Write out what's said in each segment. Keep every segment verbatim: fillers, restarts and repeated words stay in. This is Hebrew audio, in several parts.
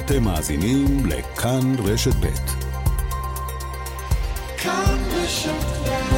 אתם מאזינים לכאן רשת ב'. כאן רשת ב'.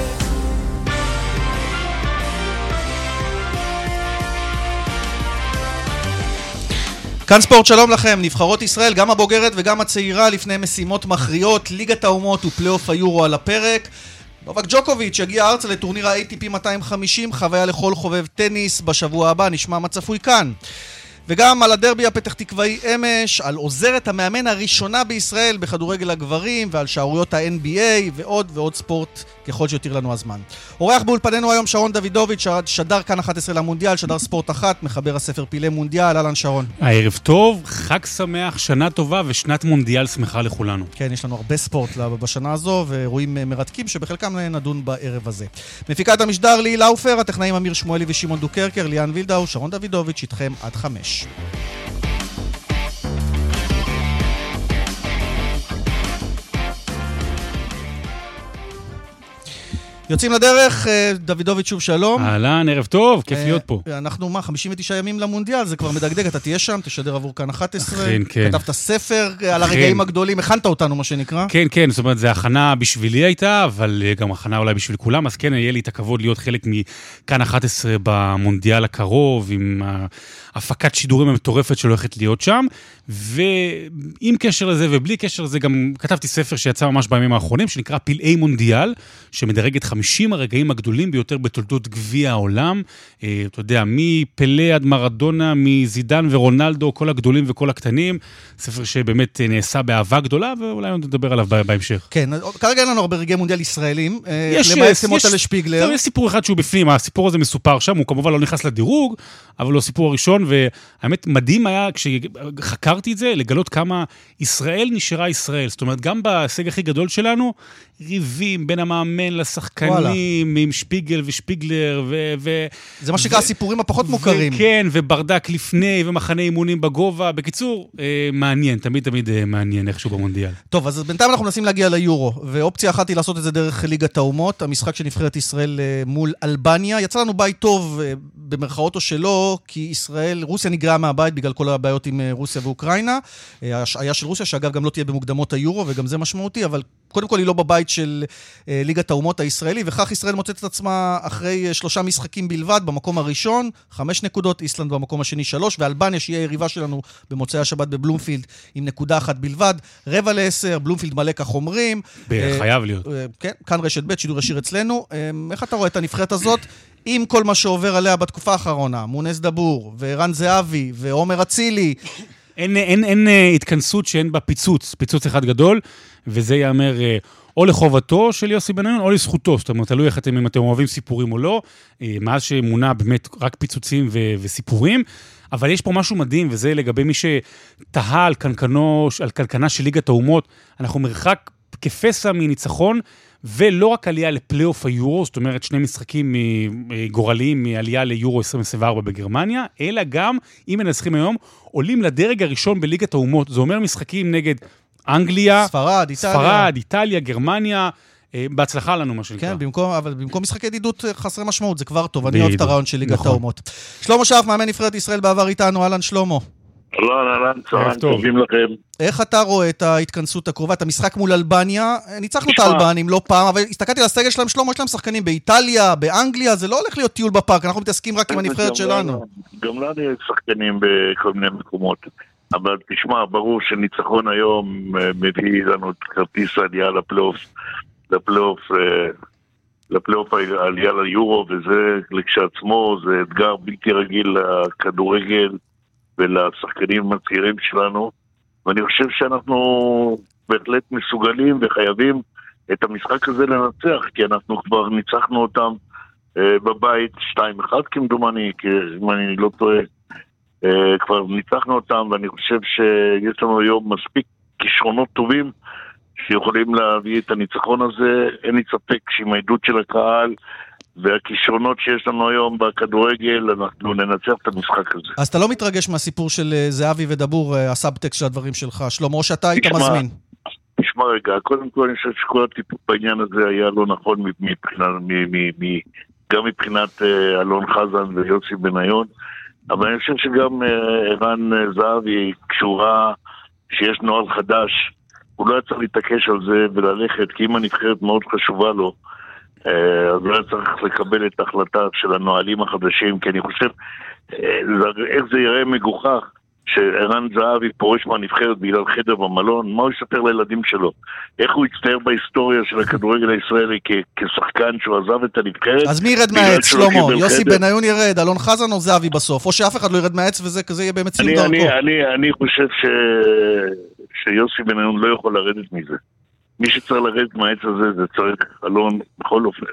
כאן ספורט, שלום לכם. נבחרות ישראל, גם הבוגרת וגם הצעירה, לפני משימות מכריעות, ליגת האומות ופלייאוף היורו על הפרק. נובק ג'וקוביץ' יגיע ארצה לטורניר ה-איי טי פי מאתיים וחמישים, חוויה לכל חובב טניס. בשבוע הבא נשמע מה צפוי כאן. וגם על הדרבי הפתח תקוואי אמש, על עוזרת המאמן הראשונה בישראל בכדורגל הגברים, ועל שערוריות ה-אן בי איי ועוד ועוד ספורט ככל שיותיר לנו הזמן. אורח באולפנינו היום שרון דוידוביץ', שדר כאן אחת עשרה למונדיאל, שדר ספורט אחת, מחבר הספר פילי מונדיאל. אהלן שרון. הערב טוב, חג שמח, שנה טובה ושנת מונדיאל שמחה לכולנו. כן, יש לנו הרבה ספורט בשנה הזו, ואירועים מרתקים שבחלקם נדון בערב הזה. מפיקת המשדר לי לאופר, הטכנאים אמיר שמואלי ושמעון דוקרקר, ליאן וילדאו, שרון דוידוביץ' איתכם עד חמש. יוצאים לדרך, דוידוביץ' שוב שלום. אהלן, ערב טוב, כיף להיות פה. אנחנו מה, חמישים ותשעה ימים למונדיאל, זה כבר מדגדג, אתה תהיה שם, תשדר עבור כאן אחת עשרה. כן, כן. כתבת ספר על הרגעים הגדולים, הכנת אותנו מה שנקרא. כן, כן, זאת אומרת, זה הכנה בשבילי הייתה, אבל גם הכנה אולי בשביל כולם, אז כן, יהיה לי את הכבוד להיות חלק מכאן אחת עשרה במונדיאל הקרוב, עם הפקת שידורים המטורפת שהולכת להיות שם, ועם קשר לזה ובלי קשר לזה, גם כתבתי ספר שיצא ממש בימים האחרונים, שנקרא פלאי מונדיאל, שמדרג את חמישים הרגעים הגדולים ביותר בתולדות גביע העולם. אתה יודע, מפלה עד מרדונה, מזידן ורונלדו, כל הגדולים וכל הקטנים. ספר שבאמת נעשה באהבה גדולה, ואולי נדבר עליו בהמשך. כן, כרגע אין לנו הרבה רגעי מונדיאל ישראלים. יש, למעט שמות על שפיגלר. יש סיפור אחד שהוא בפנים, הסיפור הזה מסופר שם, הוא כמובן לא נכנס לדירוג, אבל הוא הסיפור הראשון, והאמת מדהים היה, כשחקרתי את זה, לגלות כמה ישראל נשארה ישראל. זאת אומרת, גם בהישג הכי גדול שלנו, ריבים בין המאמן לשחקנים, עם שפיגל ושפיגלר, ו... ו זה מה שנקרא הסיפורים הפחות מוכרים. כן, וברדק לפני, ומחנה אימונים בגובה. בקיצור, אה, מעניין, תמיד תמיד אה, מעניין איכשהו במונדיאל. טוב, אז בינתיים אנחנו מנסים להגיע ליורו, ואופציה אחת היא לעשות את זה דרך ליגת האומות, המשחק של נבחרת ישראל אה, מול אלבניה. יצא לנו בית טוב, אה, במרכאות או שלא, כי ישראל, רוסיה נגרעה מהבית בגלל כל הבעיות עם אה, רוסיה ואוקראינה. אה, היה של רוסיה, שאגב גם לא תהיה במוקדמות היורו, וגם זה משמעותי, אבל קודם כל היא לא בבית של אה, ליגת האומות הישראלי, וכך ישראל מוצאת את עצמה אחרי אה, שלושה משחקים בלבד, במקום הראשון, חמש נקודות, איסלנד במקום השני שלוש, ואלבניה שהיא היריבה שלנו במוצאי השבת בבלומפילד, עם נקודה אחת בלבד, רבע לעשר, בלומפילד מלא כך אומרים. אה, חייב להיות. אה, כן, כאן רשת ב', שידור ישיר אצלנו. אה, איך אתה רואה את הנבחרת הזאת, עם כל מה שעובר עליה בתקופה האחרונה, מונס דבור, ורן זהבי, ועומר אצילי? אין, אין, אין, אין התכנסות שאין בה פיצוץ, פיצוץ אחד גדול, וזה יאמר או לחובתו של יוסי בניון, או לזכותו. זאת אומרת, תלוי איך אתם, אם אתם אוהבים סיפורים או לא, מאז שמונה באמת רק פיצוצים ו- וסיפורים, אבל יש פה משהו מדהים, וזה לגבי מי שתהה על קנקנו, על קנקנה של ליגת האומות, אנחנו מרחק כפסע מניצחון, ולא רק עלייה לפלייאוף היורו, זאת אומרת שני משחקים גורליים מעלייה ליורו עשרים עשרים וארבע בגרמניה, אלא גם, אם מנצחים היום, עולים לדרג הראשון בליגת האומות. זה אומר משחקים נגד אנגליה, ספרד, איטליה, ספרד, איטליה, גרמניה, בהצלחה לנו מה שנקרא. כן, במקום, אבל במקום משחקי ידידות חסרי משמעות, זה כבר טוב. אני אוהב את הרעיון של ליגת האומות. שלמה שרף, מאמן נבחרת ישראל בעבר איתנו, אהלן שלמה. אהלן, אהלן, צהריים טובים לכם. איך אתה רואה את ההתכנסות הקרובה, את המשחק מול אלבניה? ניצחנו את האלבנים לא פעם, אבל הסתכלתי על הסגל שלהם, שלמה, יש להם שחקנים באיטליה, באנגליה, זה לא הולך להיות טיול בפארק, אנחנו מתעסקים רק עם הנבחרת שלנו. גם לנו יש שחקנים בכל מיני מקומות, אבל תשמע, ברור שניצחון היום מביא לנו את כרטיס העלייה לפלייאוף, לפלייאוף, לפלייאוף העלייה ליורו, וזה לכשעצמו, זה אתגר בלתי רגיל לכדורגל, ולשחקנים הצעירים שלנו, ואני חושב שאנחנו בהחלט מסוגלים וחייבים את המשחק הזה לנצח, כי אנחנו כבר ניצחנו אותם אה, בבית שתיים אחד כמדומני, כי אם אני לא טועה, אה, כבר ניצחנו אותם, ואני חושב שיש לנו היום מספיק כישרונות טובים שיכולים להביא את הניצחון הזה. אין לי ספק שעם העדות של הקהל והכישרונות שיש לנו היום בכדורגל, אנחנו ננצח את המשחק הזה. אז אתה לא מתרגש מהסיפור של זהבי ודבור, הסאבטקסט של הדברים שלך, שלמה, או שאתה היית מזמין? תשמע רגע, קודם כל אני חושב שכל הטיפול בעניין הזה היה לא נכון מבחינת, גם מבחינת אלון חזן ויוסי בניון, אבל אני חושב שגם ערן זהבי קשורה שיש נוהל חדש, הוא לא היה צריך להתעקש על זה וללכת, כי אם הנבחרת מאוד חשובה לו, אז לא היה צריך לקבל את ההחלטה של הנועלים החדשים, כי אני חושב, איך זה יראה מגוחך, שערן זהבי פורש מהנבחרת בגלל חדר במלון, מה הוא יספר לילדים שלו? איך הוא יצטער בהיסטוריה של הכדורגל הישראלי כשחקן שהוא עזב את הנבחרת? אז מי ירד מהעץ, שלמה? יוסי בניון ירד, אלון חזן או זהבי בסוף? או שאף אחד לא ירד מהעץ וזה כזה יהיה באמת סיום דרכו? אני חושב שיוסי בניון לא יכול לרדת מזה. מי שצריך לרדת מהעץ הזה, זה צריך אלון, בכל אופן,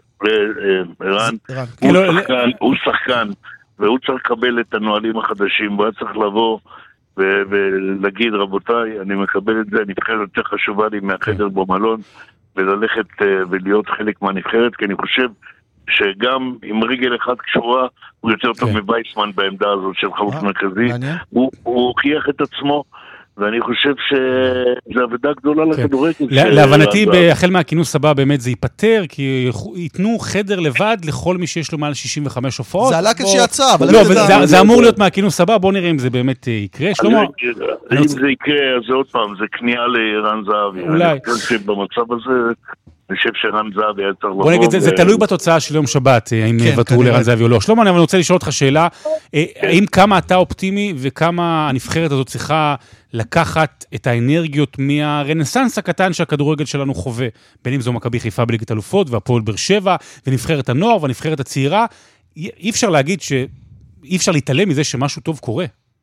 ערן, הוא שחקן, והוא צריך לקבל את הנועלים החדשים, והוא צריך לבוא ולהגיד, רבותיי, אני מקבל את זה, הנבחרת יותר חשובה לי מהחדר במלון, וללכת ולהיות חלק מהנבחרת, כי אני חושב שגם עם רגל אחד קשורה, הוא יותר טוב מבייסמן בעמדה הזאת של חלוץ מרכזי, הוא הוכיח את עצמו, ואני חושב שזה עבודה גדולה לכדורגל. להבנתי, החל מהכינוס הבא באמת זה ייפטר, כי ייתנו חדר לבד לכל מי שיש לו מעל שישים וחמש הופעות. זה עלה כשיצא, אבל... זה אמור להיות מהכינוס הבא, בואו נראה אם זה באמת יקרה. שלמה? אם זה יקרה, אז עוד פעם, זה כניעה לערן זהבי. אולי. אני חושב שבמצב הזה... אני חושב שערן זהבי היה צריך לבוא... בוא נגיד, זה תלוי בתוצאה של יום שבת, האם יוותרו לערן זהבי או לא. שלמה, אני רוצה לשאול אותך שאלה, האם כמה אתה אופטימי וכמה הנבחרת הזאת צריכה לקחת את האנרגיות מהרנסנס הקטן שהכדורגל שלנו חווה, בין אם זו מכבי חיפה בליגת אלופות והפועל באר שבע ונבחרת הנוער והנבחרת הצעירה, אי אפשר להגיד שאי אפשר להתעלם מזה שמשהו טוב קורה.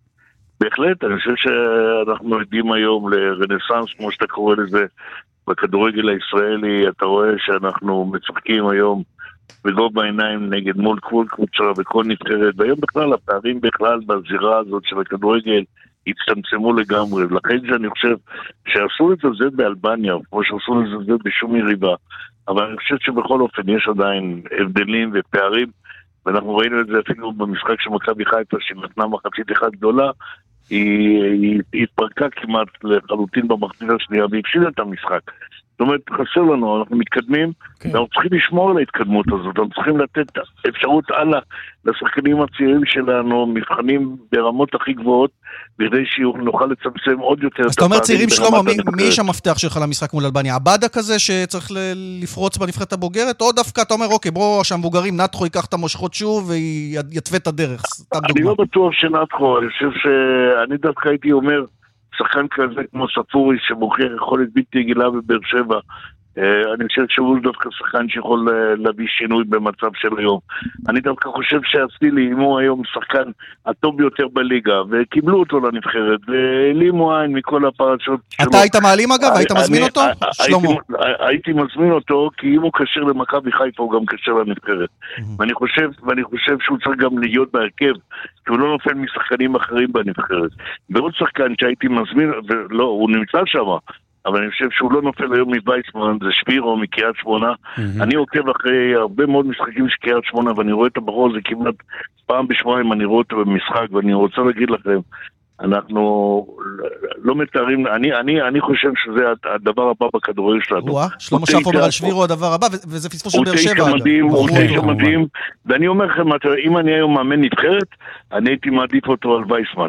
בהחלט, אני חושב שאנחנו עדים היום לרנסנס, כמו שאתה קורא לזה, בכדורגל הישראלי. אתה רואה שאנחנו מצחקים היום בגובה העיניים נגד מול כל קבוצה וכל נבחרת, והיום בכלל הפערים בכלל בזירה הזאת של הכדורגל הצטמצמו לגמרי, ולכן שאני חושב שאסור לזלזל באלבניה, כמו שאסור לזלזל בשום יריבה, אבל אני חושב שבכל אופן יש עדיין הבדלים ופערים, ואנחנו ראינו את זה אפילו במשחק של מכבי חיפה שנתנה מחצית אחת גדולה, היא, היא, היא התפרקה כמעט לחלוטין במחצית השנייה והפסידה את המשחק. זאת אומרת, חסר לנו, אנחנו מתקדמים, okay. ואנחנו צריכים לשמור על ההתקדמות הזאת, אנחנו צריכים לתת אפשרות הלאה לשחקנים הצעירים שלנו, מבחנים ברמות הכי גבוהות, בכדי שנוכל לצמצם עוד יותר. אז אתה אומר צעירים, שלמה, מי, מי יש המפתח שלך למשחק מול אלבניה? הבאדה כזה שצריך לפרוץ בנבחרת הבוגרת, או דווקא אתה אומר, אוקיי, בוא שהמבוגרים, נתחו ייקח את המושכות שוב ויתווה את הדרך. אני לא בטוח שנתחו, אני חושב שאני דווקא הייתי אומר, שחקן כזה כמו ספורי שמוכר יכולת בלתי רגילה בבאר שבע, אני חושב שהוא דווקא שחקן שיכול להביא שינוי במצב של היום. אני דווקא חושב שאצילי, אם הוא היום שחקן הטוב ביותר בליגה, וקיבלו אותו לנבחרת, והעלימו עין מכל הפרשות שלו. אתה היית מעלים אגב? היית מזמין אותו? שלמה. הייתי מזמין אותו, כי אם הוא קשר למכבי חיפה, הוא גם קשר לנבחרת. ואני חושב, ואני חושב שהוא צריך גם להיות בהרכב, כי הוא לא נופל משחקנים אחרים בנבחרת. ועוד שחקן שהייתי מזמין, ולא, הוא נמצא שם, אבל אני חושב שהוא לא נופל היום מבייסמן, זה שפירו מקריית שמונה. Mm-hmm. אני עוקב אחרי הרבה מאוד משחקים של קריית שמונה, ואני רואה את הבחור הזה כמעט פעם בשבועיים, אני רואה אותו במשחק, ואני רוצה להגיד לכם, אנחנו לא מתארים, אני, אני, אני חושב שזה הדבר הבא בכדורגל שלנו. וואה, שלמה שף אומר על שבירו הדבר הבא, וזה פספוס של באר שבע. הוא תשע מדהים, הוא תשע מדהים, ואני אומר לכם, אם אני היום מאמן נבחרת, אני הייתי מעדיף אותו על וייסמן.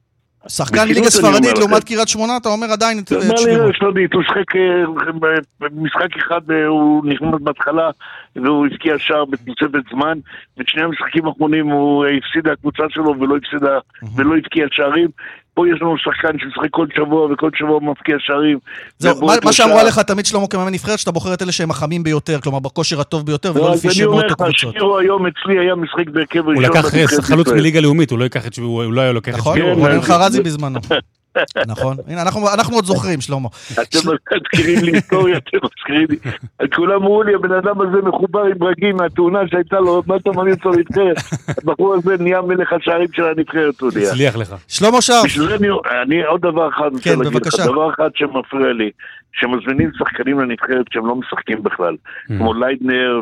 שחקן ליגה ספרדית לעומת קריית שמונה, אתה אומר עדיין את שבירו. הוא שחק במשחק אחד, הוא נכנס בהתחלה והוא הבקיע שער בתוספת זמן, ושני המשחקים האחרונים הוא הפסיד הקבוצה שלו ולא הפסידה ולא הבקיע שערים. פה יש לנו שחקן ששחק כל שבוע וכל שבוע מפקיע שערים. מה שאמרו עליך תמיד שלמה כמאמן נבחרת, שאתה בוחר את אלה שהם החמים ביותר, כלומר בכושר הטוב ביותר, ולא לפי שמות או קבוצות. שבירו היום אצלי היה משחק בהרכב ראשון. הוא לקח חלוץ מליגה לאומית, הוא לא ייקח את שבירו, הוא לא היה לוקח את שבירו. נכון, הוא חרזי בזמנו. נכון, הנה אנחנו עוד זוכרים, שלמה. אתם מזכירים לי היסטוריה, אתם מזכירים לי. כולם אמרו לי, הבן אדם הזה מחובר עם ברגים מהתאונה שהייתה לו, מה אתה מבין אותו נבחרת? הבחור הזה נהיה מלך השערים של הנבחרת, הוא נהיה. הצליח לך. שלמה שרף. אני עוד דבר אחד, כן, בבקשה. דבר אחד שמפריע לי, שמזמינים שחקנים לנבחרת שהם לא משחקים בכלל, כמו ליידנר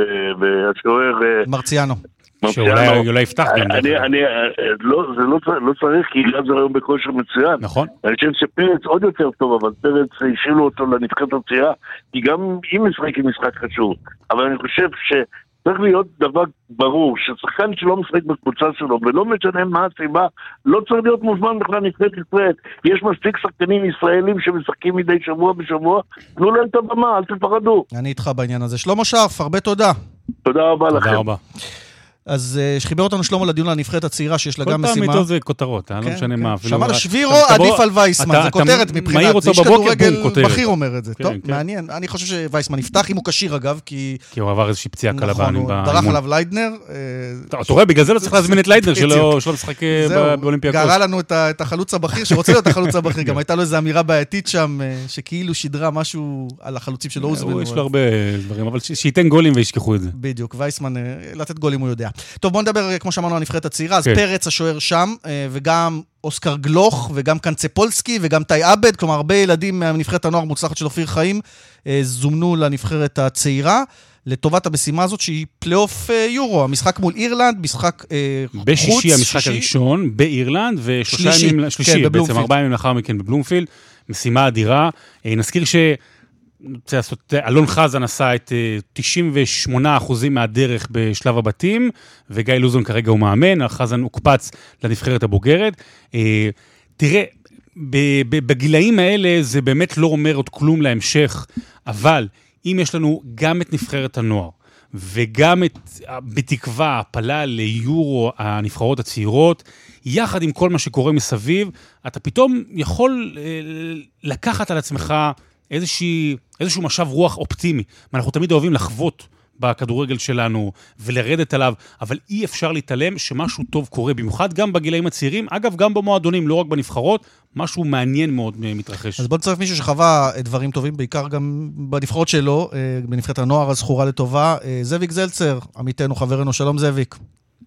והשוער מרציאנו. שאולי יפתח גם. זה לא צריך, כי גלאזר היום בכושר מצוין. נכון. אני חושב שפרץ עוד יותר טוב, אבל פרץ השאילו אותו לנבחרת הצעירה, כי גם אם משחק היא משחק חשוב. אבל אני חושב צריך להיות דבר ברור, ששחקן שלא משחק בקבוצה שלו, ולא משנה מה הסיבה, לא צריך להיות מוזמן בכלל נבחרת ישראל. יש מספיק שחקנים ישראלים שמשחקים מדי שבוע בשבוע, תנו להם את הבמה, אל תפחדו. אני איתך בעניין הזה. שלמה שרף, הרבה תודה. תודה רבה לכם. תודה רבה. אז שחיבר אותנו שלמה לדיון לנבחרת הצעירה, שיש לה גם משימה. כל פעם איתו זה כותרות, לא משנה מה. שמע, שבירו עדיף על וייסמן, זה כותרת מבחינת, זה איש כדורגל בכיר אומר את זה. טוב, מעניין. אני חושב שווייסמן יפתח, אם הוא כשיר אגב, כי... כי הוא עבר איזושהי פציעה קלה באימון. נכון, הוא דרך עליו ליידנר. אתה רואה, בגלל זה לא צריך להזמין את ליידנר, שלא משחק באולימפיאקוס. גרה לנו את החלוץ הבכיר, שרוצה להיות החלוץ הבכיר. גם הייתה לו איזו אמירה בעייתית שם, שכאילו שידרה משהו על החלוצים שלא הוזמנו. יש לו הרבה דברים, אבל שייתן גולים וישכחו את זה. בדיוק, וייסמן, לתת גולים הוא יודע. טוב, בוא נדבר, כמו שאמרנו, הנבחרת הצעירה, אז פרץ השוער שם, וגם אוסקר גלוך, וגם קנצפולסקי, וגם טי עבד, כלומר, הרבה ילדים מהנבחרת הנוער מוצלחת של אופיר חיים, זומנו לנבחרת הצעירה, לטובת המשימה הזאת, שהיא פלייאוף יורו, המשחק מול אירלנד, משחק חוץ. בשישי המשחק הראשון, באירלנד, ושלושה ימים, שלישי, בעצם ארבעה ימים לאחר מכן בבלומפילד, משימה אדירה. נזכיר ש... אלון חזן עשה את תשעים ושמונה אחוז מהדרך בשלב הבתים, וגיא לוזון כרגע הוא מאמן, חזן הוקפץ לנבחרת הבוגרת. תראה, בגילאים האלה זה באמת לא אומר עוד כלום להמשך, אבל אם יש לנו גם את נבחרת הנוער, וגם את, בתקווה, הפלה ליורו הנבחרות הצעירות, יחד עם כל מה שקורה מסביב, אתה פתאום יכול לקחת על עצמך איזושהי, איזשהו משב רוח אופטימי. אנחנו תמיד אוהבים לחוות בכדורגל שלנו ולרדת עליו, אבל אי אפשר להתעלם שמשהו טוב קורה, במיוחד גם בגילאים הצעירים, אגב גם במועדונים, לא רק בנבחרות, משהו מעניין מאוד מתרחש. אז בוא נצטרף מישהו שחווה דברים טובים, בעיקר גם בנבחרות שלו, בנבחרת הנוער הזכורה לטובה, זאביק זלצר, עמיתנו, חברנו, שלום זאביק.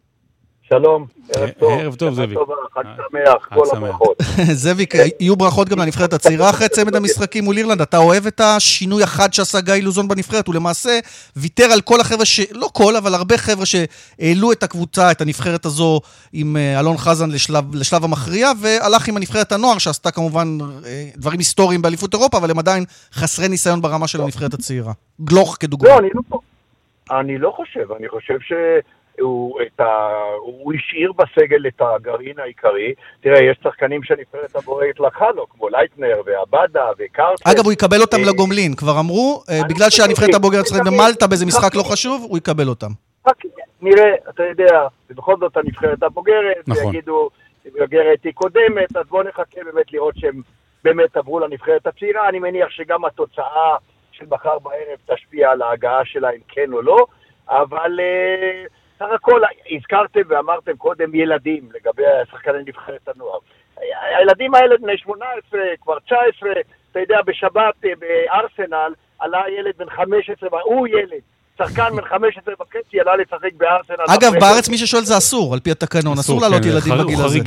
שלום, ערב טוב. ערב טוב, זאביק. חג שמח, כל הברכות. זאביק, יהיו ברכות גם לנבחרת הצעירה אחרי צמד המשחקים מול אירלנד. אתה אוהב את השינוי החד שעשה גיא לוזון בנבחרת, הוא למעשה ויתר על כל החבר'ה, לא כל, אבל הרבה חבר'ה שהעלו את הקבוצה, את הנבחרת הזו עם אלון חזן לשלב, לשלב המכריע, והלך עם הנבחרת הנוער, שעשתה כמובן דברים היסטוריים באליפות אירופה, אבל הם עדיין חסרי ניסיון ברמה של הנבחרת הצעירה. גלוך כדוגמה. לא, אני לא, אני לא חושב, אני חושב ש... הוא, את ה... הוא השאיר בסגל את הגרעין העיקרי. תראה, יש שחקנים שנבחרת הבוגרת לקחה לו, כמו לייטנר ועבדה וקרצ'ה. אגב, הוא יקבל אותם לגומלין. כבר אמרו, בגלל שהנבחרת הבוגרת צריכה במלטה באיזה משחק לא חשוב, הוא יקבל אותם. נראה, אתה יודע, בכל זאת הנבחרת הבוגרת, ויגידו, הבוגרת היא קודמת, אז בואו נחכה באמת לראות שהם באמת עברו לנבחרת הצעירה. אני מניח שגם התוצאה של מחר בערב תשפיע על ההגעה שלה, אם כן או לא, אבל... סך הכל, הזכרתם ואמרתם קודם ילדים לגבי שחקני נבחרת הנוער. הילדים האלה בני שמונה עשרה, כבר תשע עשרה, אתה יודע, בשבת בארסנל עלה ילד בן חמש עשרה, הוא ילד, שחקן בן חמש עשרה וחצי עלה לשחק בארסנל. אגב, בארץ מי ששואל זה אסור, על פי התקנון, אסור לעלות ילדים בגיל הזה.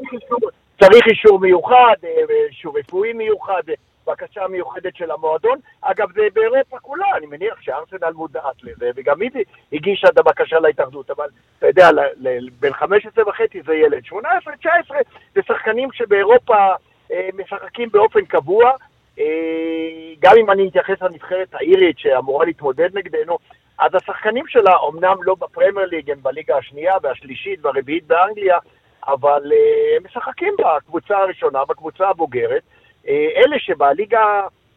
צריך אישור מיוחד, אישור רפואי מיוחד, בקשה מיוחדת של המועדון. אגב, זה באירופה כולה, אני מניח שארסנל מודעת לזה, וגם היא הגישה את הבקשה להתאחדות, אבל אתה יודע, בין חמש עשרה וחצי זה ילד, שמונה עשרה, תשע עשרה, זה שחקנים שבאירופה אה, משחקים באופן קבוע, אה, גם אם אני אתייחס לנבחרת האירית שאמורה להתמודד נגדנו, אז השחקנים שלה, אמנם לא בפרמייר ליג, הם בליגה השנייה והשלישית והרביעית באנגליה, אבל אה, הם משחקים בקבוצה הראשונה, בקבוצה הבוגרת, אלה שבליגה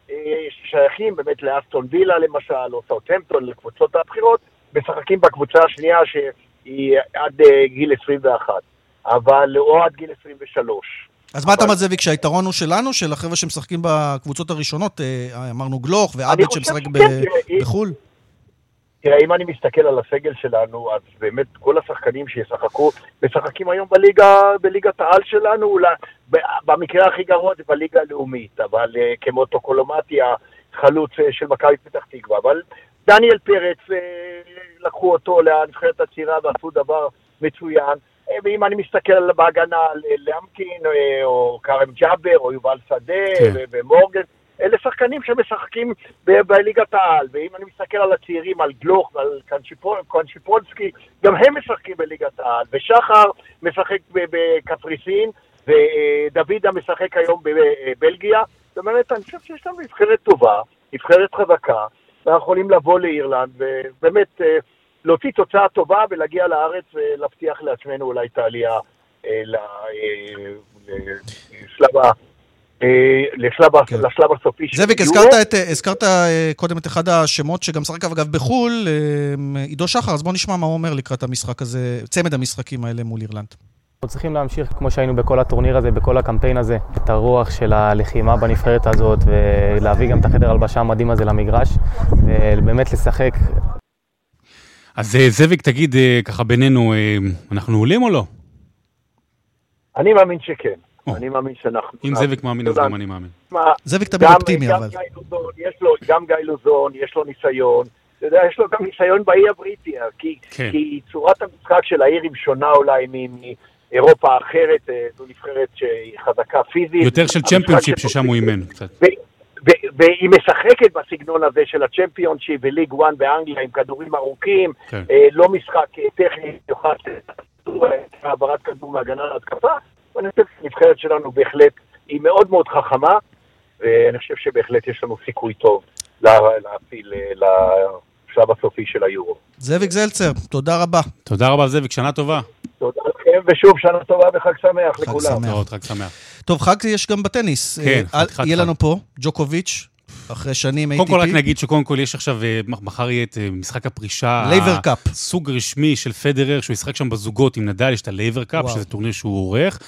ששייכים באמת לאסטון וילה למשל, או סאות'המפטון, לקבוצות הבחירות, משחקים בקבוצה השנייה שהיא עד גיל עשרים ואחת, אבל או עד גיל עשרים ושלוש. אז מה אתה אומר זאביק, שהיתרון הוא שלנו, של החבר'ה שמשחקים בקבוצות הראשונות, אמרנו גלוך ועבד שמשחק בחול? תראה, אם אני מסתכל על הסגל שלנו, אז באמת כל השחקנים שישחקו, משחקים היום בליגה, בליגת העל שלנו, אולי, במקרה הכי גרוע זה בליגה הלאומית, אבל uh, כמו טוקולומטי, החלוץ uh, של מכבי פתח תקווה, אבל דניאל פרץ, uh, לקחו אותו לנבחרת הצעירה ועשו דבר מצוין, uh, ואם אני מסתכל על בהגנה לאמקין, uh, או קרם ג'אבר, או יובל שדה, כן. ומורגן, אלה שחקנים שמשחקים ב- בליגת העל, ואם אני מסתכל על הצעירים, על גלוך ועל קונשיפולסקי, גם הם משחקים בליגת העל, ושחר משחק בקפריסין, ודוידה משחק היום בבלגיה. זאת אומרת, אני חושב שיש לנו נבחרת טובה, נבחרת חזקה, ואנחנו יכולים לבוא לאירלנד, ובאמת להוציא תוצאה טובה ולהגיע לארץ ולהבטיח לעצמנו אולי את העלייה לשלב הסופי. זאביק, הזכרת קודם את אחד השמות שגם שחק אגב בחול, עידו שחר, אז בוא נשמע מה הוא אומר לקראת המשחק הזה, צמד המשחקים האלה מול אירלנד. אנחנו צריכים להמשיך כמו שהיינו בכל הטורניר הזה, בכל הקמפיין הזה, את הרוח של הלחימה בנבחרת הזאת, ולהביא גם את החדר הלבשה המדהים הזה למגרש, ובאמת לשחק. אז זאביק, תגיד ככה בינינו, אנחנו עולים או לא? אני מאמין שכן. אני מאמין שאנחנו... אם זאביק מאמין, אז גם אני מאמין. זאביק תמיד אופטימי, אבל... גם גיא לוזון, יש לו ניסיון, אתה יודע, יש לו גם ניסיון באי הבריטי, כי צורת המשחק של העירים שונה אולי מאירופה אחרת, זו נבחרת שהיא חזקה פיזית. יותר של צ'מפיונשיפ ששם הוא אימן קצת. והיא משחקת בסגנון הזה של הצ'מפיונשיפ וליג וואן באנגליה עם כדורים ארוכים, לא משחק טכני, יוכל העברת כדור מהגנה להתקפה. ואני חושב שהנבחרת שלנו בהחלט היא מאוד מאוד חכמה, ואני חושב שבהחלט יש לנו סיכוי טוב להפיל לשלב הסופי של היורו. זאביק זלצר, תודה רבה. תודה רבה זאביק, שנה טובה. תודה לכם, ושוב שנה טובה וחג שמח לכולם. חג שמח. טוב, חג יש גם בטניס. כן, יהיה לנו פה ג'וקוביץ' אחרי שנים איי טי פי. קודם כל רק נגיד שקודם כל יש עכשיו, מחר יהיה את משחק הפרישה. לייבר קאפ. סוג רשמי של פדרר, שהוא ישחק שם בזוגות עם נדל, יש את הלייבר קאפ, שזה טורניר שהוא עורך.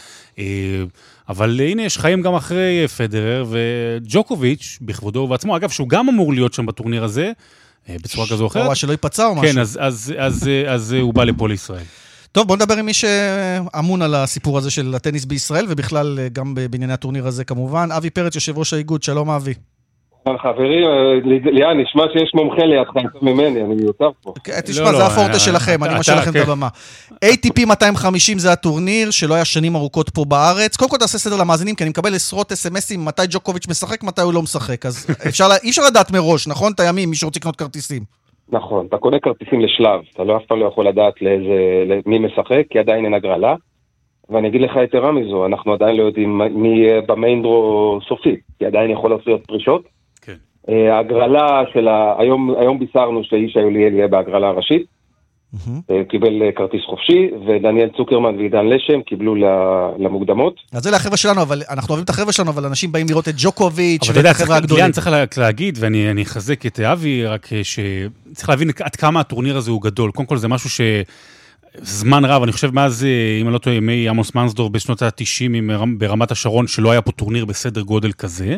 אבל הנה יש חיים גם אחרי פדרר, וג'וקוביץ' בכבודו ובעצמו, אגב, שהוא גם אמור להיות שם בטורניר הזה, בצורה כזו או אחרת. או שלא ייפצע או משהו. כן, אז, אז, אז, אז הוא בא לפה לישראל. טוב, בוא נדבר עם מי שאמון על הסיפור הזה של הטניס בישראל, ובכלל גם בענייני הטורניר הזה כמובן. אבי פרץ, יושב ראש האיגוד, שלום אבי. חברי, ליאן, נשמע שיש מומחה לידך ממני, אני מיותר פה. תשמע, זה הפורטה שלכם, אני משאיר לכם את הבמה. איי טי פי מאתיים וחמישים זה הטורניר שלא היה שנים ארוכות פה בארץ. קודם כל תעשה סדר למאזינים, כי אני מקבל עשרות אס אם אסים מתי ג'וקוביץ' משחק, מתי הוא לא משחק. אז אי אפשר לדעת מראש, נכון? את הימים, מי שרוצה לקנות כרטיסים. נכון, אתה קונה כרטיסים לשלב, אתה לא אף פעם לא יכול לדעת מי משחק, כי עדיין אין הגרלה. ואני אגיד לך יתרה מזו, אנחנו עדיין לא יודעים מי יהיה במיינדרו סופי, כי עדיין יכול לעשות פרישות. ההגרלה של ה... היום, היום בישרנו שאיש היוליאל יהיה בהגרלה הראשית, קיבל כרטיס חופשי, ודניאל צוקרמן ועידן לשם קיבלו למוקדמות. אז זה לחבר'ה שלנו, אבל אנחנו אוהבים את החבר'ה שלנו, אבל אנשים באים לראות את ג'וקוביץ' ואת החבר'ה הגדולים. אבל אתה יודע, צריך להגיד, ואני אחזק את אבי, רק שצריך להבין עד כמה הטורניר הזה הוא גדול. קודם כל זה משהו ש... זמן רב, אני חושב מאז, אם אני לא טועה, ימי עמוס מנסדורף בשנות ה-תשעים ברמת השרון, שלא היה פה טורניר בסדר גודל כזה,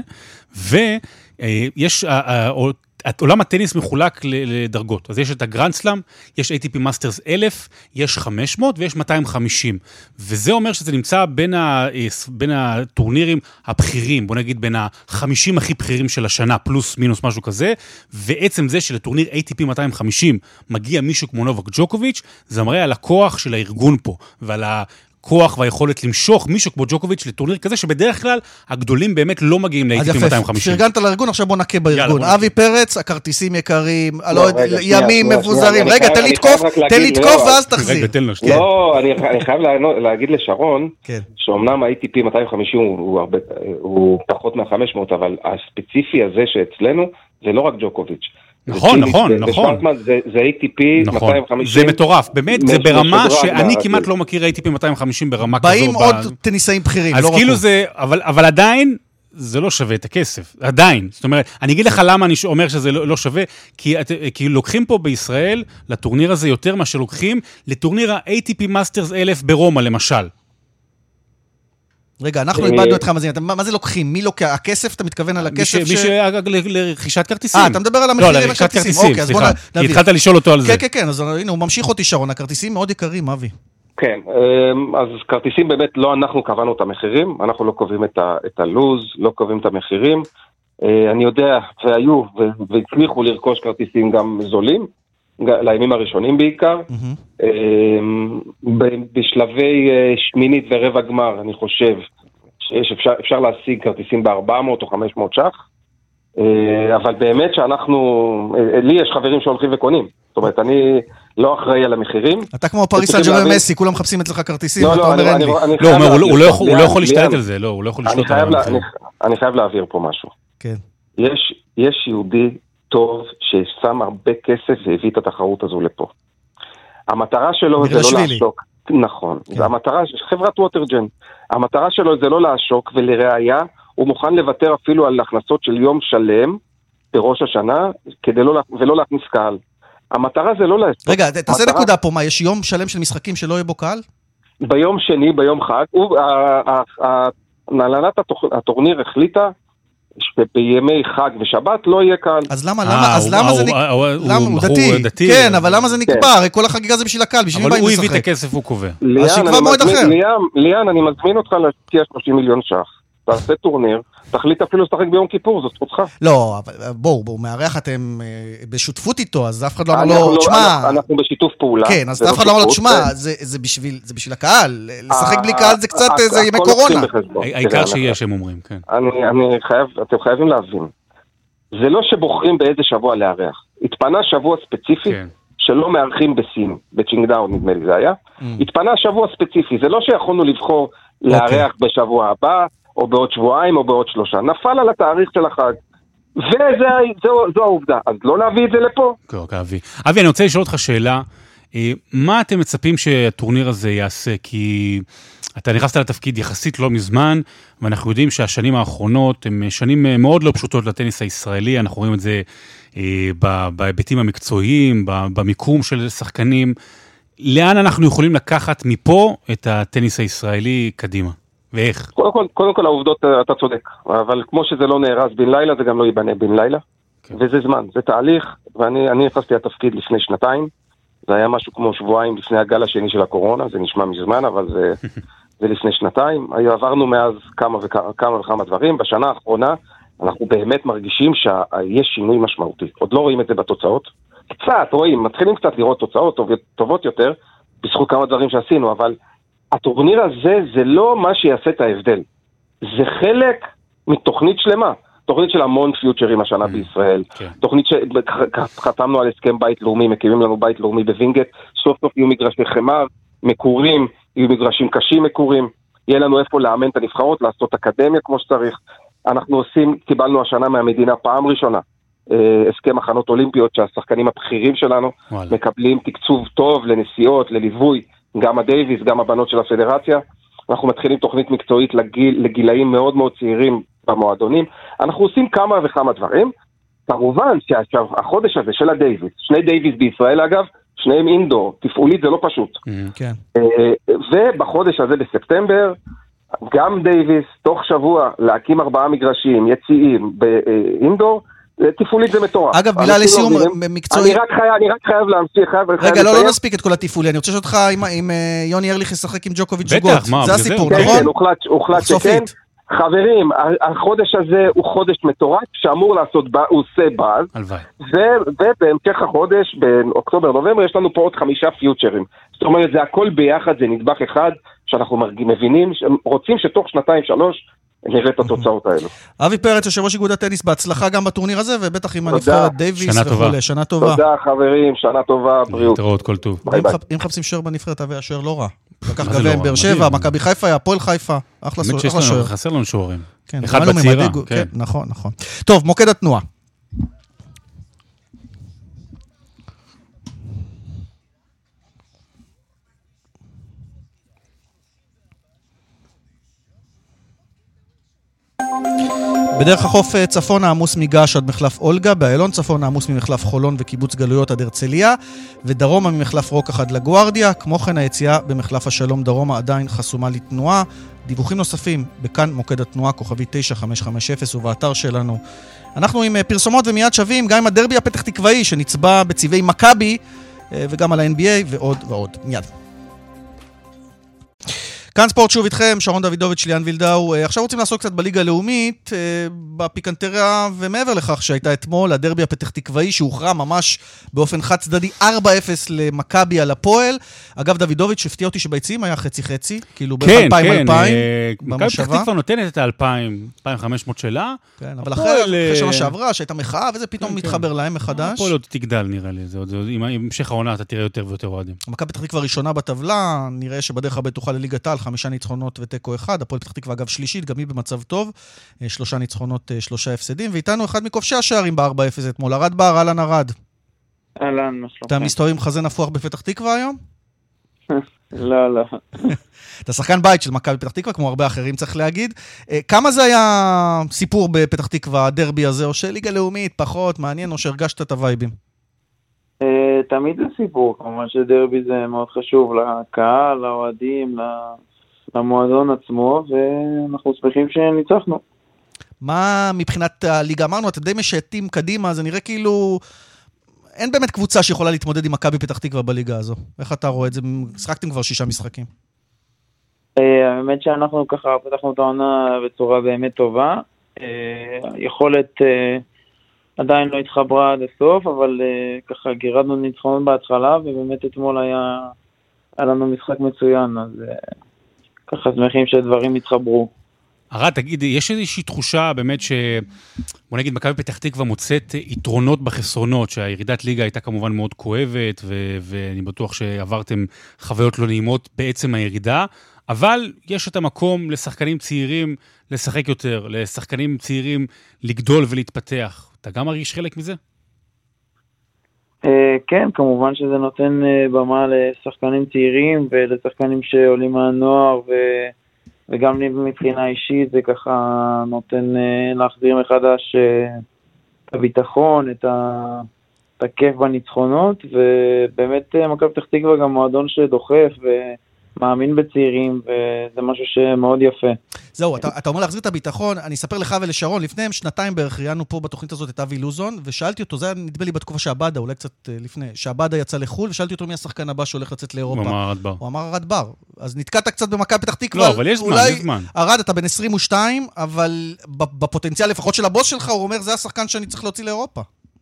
ויש, עולם הטניס מחולק לדרגות, אז יש את הגרנד סלאם, יש איי טי פי מאסטרס אלף, יש חמש מאות ויש מאתיים וחמישים, וזה אומר שזה נמצא בין, ה, בין הטורנירים הבכירים, בוא נגיד בין ה-חמישים הכי בכירים של השנה, פלוס מינוס משהו כזה, ועצם זה שלטורניר איי טי פי מאתיים וחמישים מגיע מישהו כמו נובק ג'וקוביץ', זה מראה על הכוח של הארגון פה, ועל ה... כוח והיכולת למשוך מישהו כמו ג'וקוביץ' לטורניר כזה, שבדרך כלל הגדולים באמת לא מגיעים ל-איי טי פי מאתיים וחמישים. פרגנת לארגון, עכשיו בוא נקה בארגון. אבי פרץ, הכרטיסים יקרים, ימים מבוזרים. רגע, תן לתקוף, תן לתקוף ואז תחזיר. לא, אני חייב להגיד לשרון, שאומנם ה-איי טי פי מאתיים וחמישים הוא פחות מה-חמש מאות, אבל הספציפי הזה שאצלנו, זה לא רק ג'וקוביץ'. נכון, נכון, נכון. זה איי טי פי מאתיים וחמישים. זה מטורף, באמת, זה ברמה שאני כמעט לא מכיר איי טי פי מאתיים וחמישים ברמה כזו. באים עוד טניסאים בכירים, לא אז כאילו זה, אבל עדיין, זה לא שווה את הכסף, עדיין. זאת אומרת, אני אגיד לך למה אני אומר שזה לא שווה, כי לוקחים פה בישראל, לטורניר הזה יותר מה שלוקחים, לטורניר ה-איי טי פי מאסטרס אלף ברומא, למשל. רגע, אנחנו איבדנו אתך מזין, מה זה לוקחים? מי לוקח? הכסף, אתה מתכוון על הכסף ש... מי ש... לרכישת כרטיסים. אה, אתה מדבר על המחירים. לא, לרכישת כרטיסים, סליחה. כי התחלת לשאול אותו על זה. כן, כן, כן, אז הנה, הוא ממשיך אותי שרון, הכרטיסים מאוד יקרים, אבי. כן, אז כרטיסים באמת לא אנחנו קבענו את המחירים, אנחנו לא קובעים את הלוז, לא קובעים את המחירים. אני יודע, והיו, והצליחו לרכוש כרטיסים גם זולים, לימים הראשונים בעיקר, בשלבי שמינית ורבע גמר, אני חושב, שאפשר, אפשר להשיג כרטיסים ב-ארבע מאות או חמש מאות שח, אבל באמת שאנחנו, לי יש חברים שהולכים וקונים, זאת אומרת, אני לא אחראי על המחירים. אתה כמו פריס סן ז'רמן מסי, כולם מחפשים אצלך כרטיסים, ואתה אומר אין לי. לא, הוא לא יכול להשתלט על זה, לא, הוא לא יכול לשלוט על זה. אני חייב להעביר פה משהו. כן. יש יהודי טוב ששם הרבה כסף והביא את התחרות הזו לפה. המטרה שלו זה לא לעשוק. נכון. זה המטרה, חברת ווטרג'ן. המטרה שלו זה לא לעשוק, ולראיה, הוא מוכן לוותר אפילו על הכנסות של יום שלם, בראש השנה, כדי לא, ולא להכניס קהל. המטרה זה לא לעשות. רגע, תעשה המטרה... נקודה פה, מה, יש יום שלם של משחקים שלא יהיה בו קהל? ביום שני, ביום חג, הנהלת הטורניר החליטה, שבימי חג ושבת לא יהיה קהל. אז למה, למה, אז למה זה נקבע? הוא דתי. כן, אבל למה זה נקבע? הרי כל החגיגה זה בשביל הקהל, בשביל אבל הוא הביא את הכסף, הוא קובע. אז שיקבע מועד אחר. ליאן, אני מזמין אותך להשקיע שלושים מיליון ש"ח. תעשה טורניר, תחליט אפילו לשחק ביום כיפור, זאת זכותך. לא, בואו, בואו, מארח אתם בשותפות איתו, אז אף אחד לא אמר לו, תשמע... אנחנו בשיתוף פעולה. כן, אז אף אחד לא אמר לו, תשמע, זה בשביל הקהל, לשחק בלי קהל זה קצת, זה ימי קורונה. העיקר שיש, הם אומרים, כן. אני חייב, אתם חייבים להבין. זה לא שבוחרים באיזה שבוע לארח. התפנה שבוע ספציפי, שלא מארחים בסין, בצ'ינגדאו נדמה לי זה היה. התפנה שבוע ספציפי, זה לא שיכולנו לבחור לארח בשבוע הבא, או בעוד שבועיים, או בעוד שלושה. נפל על התאריך של החג. וזו העובדה. אז לא להביא את זה לפה. כן, אבי. אבי, אני רוצה לשאול אותך שאלה. מה אתם מצפים שהטורניר הזה יעשה? כי אתה נכנסת לתפקיד יחסית לא מזמן, ואנחנו יודעים שהשנים האחרונות הן שנים מאוד לא פשוטות לטניס הישראלי. אנחנו רואים את זה בהיבטים המקצועיים, במיקום של שחקנים. לאן אנחנו יכולים לקחת מפה את הטניס הישראלי קדימה? ואיך? קודם כל, קודם כל העובדות, אתה צודק, אבל כמו שזה לא נהרס בן לילה, זה גם לא ייבנה בן לילה, כן. וזה זמן, זה תהליך, ואני אני נכנסתי לתפקיד לפני שנתיים, זה היה משהו כמו שבועיים לפני הגל השני של הקורונה, זה נשמע מזמן, אבל זה, זה לפני שנתיים, עברנו מאז כמה וכמה, כמה וכמה דברים, בשנה האחרונה אנחנו באמת מרגישים שיש שינוי משמעותי, עוד לא רואים את זה בתוצאות, קצת רואים, מתחילים קצת לראות תוצאות טוב, טובות יותר, בזכות כמה דברים שעשינו, אבל הטורניר הזה זה לא מה שיעשה את ההבדל. זה חלק מתוכנית שלמה. תוכנית של המון פיוטרים השנה בישראל. תוכנית שחתמנו על הסכם בית לאומי, מקימים לנו בית לאומי בווינגט, סוף סוף יהיו מגרשי חמר, מקורים, יהיו מגרשים קשים מקורים, יהיה לנו איפה לאמן את הנבחרות, לעשות אקדמיה כמו שצריך. אנחנו עושים, קיבלנו השנה מהמדינה פעם ראשונה, הסכם הכנות אולימפיות שהשחקנים הבכירים שלנו מקבלים תקצוב טוב לנסיעות, לליווי, גם הדייביס, גם הבנות של הפדרציה. אנחנו מתחילים תוכנית מקצועית לגיל, לגילאים מאוד מאוד צעירים במועדונים. אנחנו עושים כמה וכמה דברים. כמובן שהחודש הזה של הדייביס, שני דייביס בישראל אגב, שניהם אינדור, תפעולית זה לא פשוט. כן. ובחודש הזה בספטמבר, גם דייביס, תוך שבוע להקים ארבעה מגרשים יציאים באינדור, תפעולית זה מטורף. אגב, מילה לסיום מקצועי. אני רק חייב להמשיך. רגע, לא נספיק את כל התפעולי. אני רוצה לשאול אותך אם יוני ארליך ישחק עם ג'וקוביץ' זוגות. זה הסיפור, נכון? כן, הוחלט שכן. חברים, החודש הזה הוא חודש מטורף, שאמור לעשות, הוא עושה באז. ובהמשך החודש, באוקטובר-נובמבר, יש לנו פה עוד חמישה פיוטרים. זאת אומרת, זה הכל ביחד, זה נדבך אחד, שאנחנו מבינים, רוצים שתוך שנתיים, שלוש, נראה את התוצאות האלו. אבי פרץ, יושב ראש איגוד הטניס, בהצלחה גם בטורניר הזה, ובטח עם הנבחרת דייביס וכו'. שנה טובה. תודה חברים, שנה טובה, בריאות. תראות, כל טוב. אם חפשים שוער בנבחרת, אבי השוער לא רע. לקח גביע עם באר שבע, מכבי חיפה, הפועל חיפה. אחלה שוער. חסר לנו שוערים. אחד בצעירה. נכון, נכון. טוב, מוקד התנועה. בדרך החוף צפון העמוס מגש עד מחלף אולגה, באילון צפון העמוס ממחלף חולון וקיבוץ גלויות עד הרצליה, ודרומה ממחלף רוקח עד לגוארדיה, כמו כן היציאה במחלף השלום דרומה עדיין חסומה לתנועה. דיווחים נוספים בכאן מוקד התנועה, כוכבי תשע חמש חמש אפס ובאתר שלנו. אנחנו עם פרסומות ומיד שווים, גם עם הדרבי הפתח תקוואי שנצבע בצבעי מכבי, וגם על ה-אן בי איי ועוד ועוד. מיד. כאן ספורט שוב איתכם, שרון דוידוביץ', ליאן וילדאו. עכשיו רוצים לעשות קצת בליגה הלאומית, בפיקנטריה ומעבר לכך שהייתה אתמול, הדרבי הפתח תקוואי שהוכרע ממש באופן חד צדדי ארבע אפס למכבי על הפועל. אגב, דוידוביץ' הפתיע אותי שביציעים היה חצי חצי, כאילו ב-אלפיים אלפיים. מכבי פתח תקווה נותנת את ה-אלפיים, אלפיים וחמש מאות שלה. כן, אבל אחרי שנה שעברה, שהייתה מחאה, וזה פתאום מתחבר להם מחדש. הפועל עוד תגדל נראה לי, עם המשך העונה אתה תראה יותר ויותר אוהדים. מכבי פתח תקווה ראשונה בטבלה, נראה שבדרך הבטוחה לליגת העל, חמישה ניצחונות ותיקו אחד, הפועל פתח תקווה אגב שלישית, גם היא במצב טוב, שלושה ניצחונות, שלושה הפסדים, ואיתנו אחד מכובשי השערים ב-ארבע אפס אתמול, ארד בר, אהלן ארד. אהלן, מה שלומכם? אתה מסתובב עם חזה נפוח בפתח תקווה היום? לא, לא. אתה שחקן בית של מכבי פתח תקווה, כמו הרבה אחרים צריך להגיד. כמה זה היה סיפור בפתח תקווה, הדרבי הזה, או שליגה לאומית, פחות, מעניין, או שהרגשת את הווייבים? תמיד זה סיפור, כמובן שדרבי זה מאוד חשוב לקהל, לאוהדים, למועדון עצמו, ואנחנו שמחים שניצחנו. מה מבחינת הליגה? אמרנו, אתם די משייטים קדימה, זה נראה כאילו... אין באמת קבוצה שיכולה להתמודד עם מכבי פתח תקווה בליגה הזו. איך אתה רואה את זה? שחקתם כבר שישה משחקים. האמת שאנחנו ככה פתחנו את העונה בצורה באמת טובה. יכולת עדיין לא התחברה עד הסוף, אבל ככה גירדנו ניצחון בהתחלה, ובאמת אתמול היה, היה לנו משחק מצוין, אז ככה שמחים שדברים התחברו. ארד, תגיד, יש איזושהי תחושה באמת ש... בוא נגיד, מכבי פתח תקווה מוצאת יתרונות בחסרונות, שהירידת ליגה הייתה כמובן מאוד כואבת, ו- ואני בטוח שעברתם חוויות לא נעימות בעצם הירידה, אבל יש את המקום לשחקנים צעירים לשחק יותר, לשחקנים צעירים לגדול ולהתפתח. אתה גם מרגיש חלק מזה? כן, כמובן שזה נותן במה לשחקנים צעירים ולשחקנים שעולים מהנוער ו... וגם מבחינה אישית זה ככה נותן להחזיר מחדש את הביטחון, את הכיף בניצחונות, ובאמת מכבי פתח תקווה גם מועדון שדוחף ומאמין בצעירים, וזה משהו שמאוד יפה. זהו, אתה, אתה אומר להחזיר את הביטחון, אני אספר לך ולשרון, לפני שנתיים בערך ראיינו פה בתוכנית הזאת את אבי לוזון, ושאלתי אותו, זה היה נדמה לי בתקופה שעבדה, אולי קצת לפני, שעבדה יצא לחול, ושאלתי אותו מי השחקן הבא שהולך לצאת לאירופה. הוא אמר ארד בר. הוא אמר ארד בר. אז נתקעת קצת במכבי פתח תקווה. לא, אבל יש זמן, יש זמן. ארד, אתה בן עשרים ושתיים, אבל בפוטנציאל לפחות של הבוס שלך, הוא אומר, זה השחקן שאני צריך להוציא לאירופה.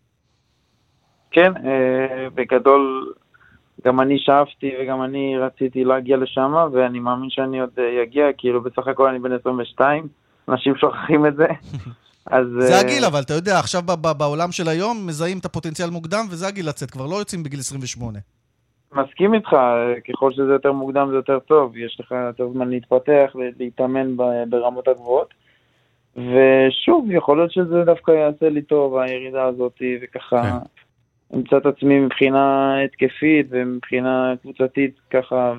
כן, בגדול גם אני שאפתי וגם אני רציתי להגיע לשם, ואני מאמין שאני עוד יגיע, כאילו בסך הכל אני בן עשרים ושתיים, אנשים שוכחים את זה. אז, זה הגיל, אבל אתה יודע, עכשיו בעולם של היום מזהים את הפוטנציאל מוקדם, וזה הגיל לצאת, כבר לא יוצאים בגיל עשרים ושמונה. מסכים איתך, ככל שזה יותר מוקדם זה יותר טוב, יש לך יותר זמן להתפתח, להתאמן ברמות הגבוהות, ושוב, יכול להיות שזה דווקא יעשה לי טוב, הירידה הזאת, וככה... כן. אמצא את עצמי מבחינה התקפית ומבחינה קבוצתית ככה,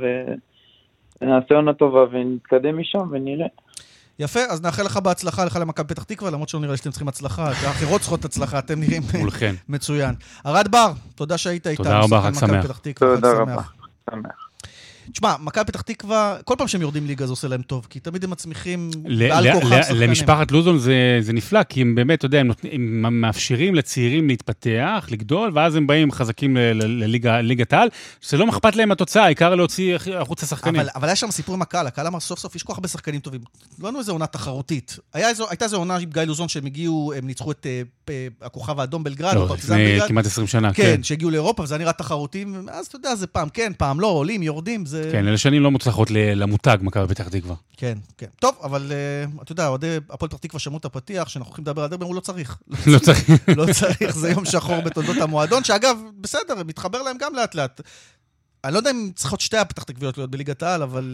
ונעשה עונה טובה ונתקדם משם ונראה. יפה, אז נאחל לך בהצלחה, לך למכבי פתח תקווה, למרות שלא נראה לי שאתם צריכים הצלחה, האחרות צריכות הצלחה, אתם נראים מצוין. ארד בר, תודה שהיית איתנו. תודה רבה, חג שמח. תודה רבה, שמח. תשמע, מכבי פתח תקווה, כל פעם שהם יורדים ליגה זה עושה להם טוב, כי תמיד הם מצמיחים בעל כוחם שחקנים. למשפחת לוזון זה נפלא, כי הם באמת, אתה יודע, הם מאפשרים לצעירים להתפתח, לגדול, ואז הם באים חזקים לליגת העל, שזה לא מחפת להם התוצאה, העיקר להוציא החוץ השחקנים. אבל היה שם סיפור עם הקהל, הקהל אמר סוף סוף, יש כל כך הרבה שחקנים טובים. לא לנו איזו עונה תחרותית. הייתה איזו עונה עם גיא לוזון שהם הגיעו, הם ניצחו את הכוכב האדום בלגרד, לא, לפני כמעט עשרים שנה, כן. כן, שהגיעו לאירופה, וזה נראה תחרותים, אז אתה יודע, זה פעם כן, פעם לא, עולים, יורדים, זה... כן, אלה שנים לא מוצלחות למותג מכבי פתח תקווה. כן, כן. טוב, אבל אתה יודע, אוהדי הפועל פתח תקווה שמעו את הפתיח, שאנחנו הולכים לדבר על דרבי, הוא לא צריך. לא צריך. לא צריך, זה יום שחור בתולדות המועדון, שאגב, בסדר, מתחבר להם גם לאט לאט. אני לא יודע אם צריכות שתי הפתח תקוויות להיות בליגת העל, אבל...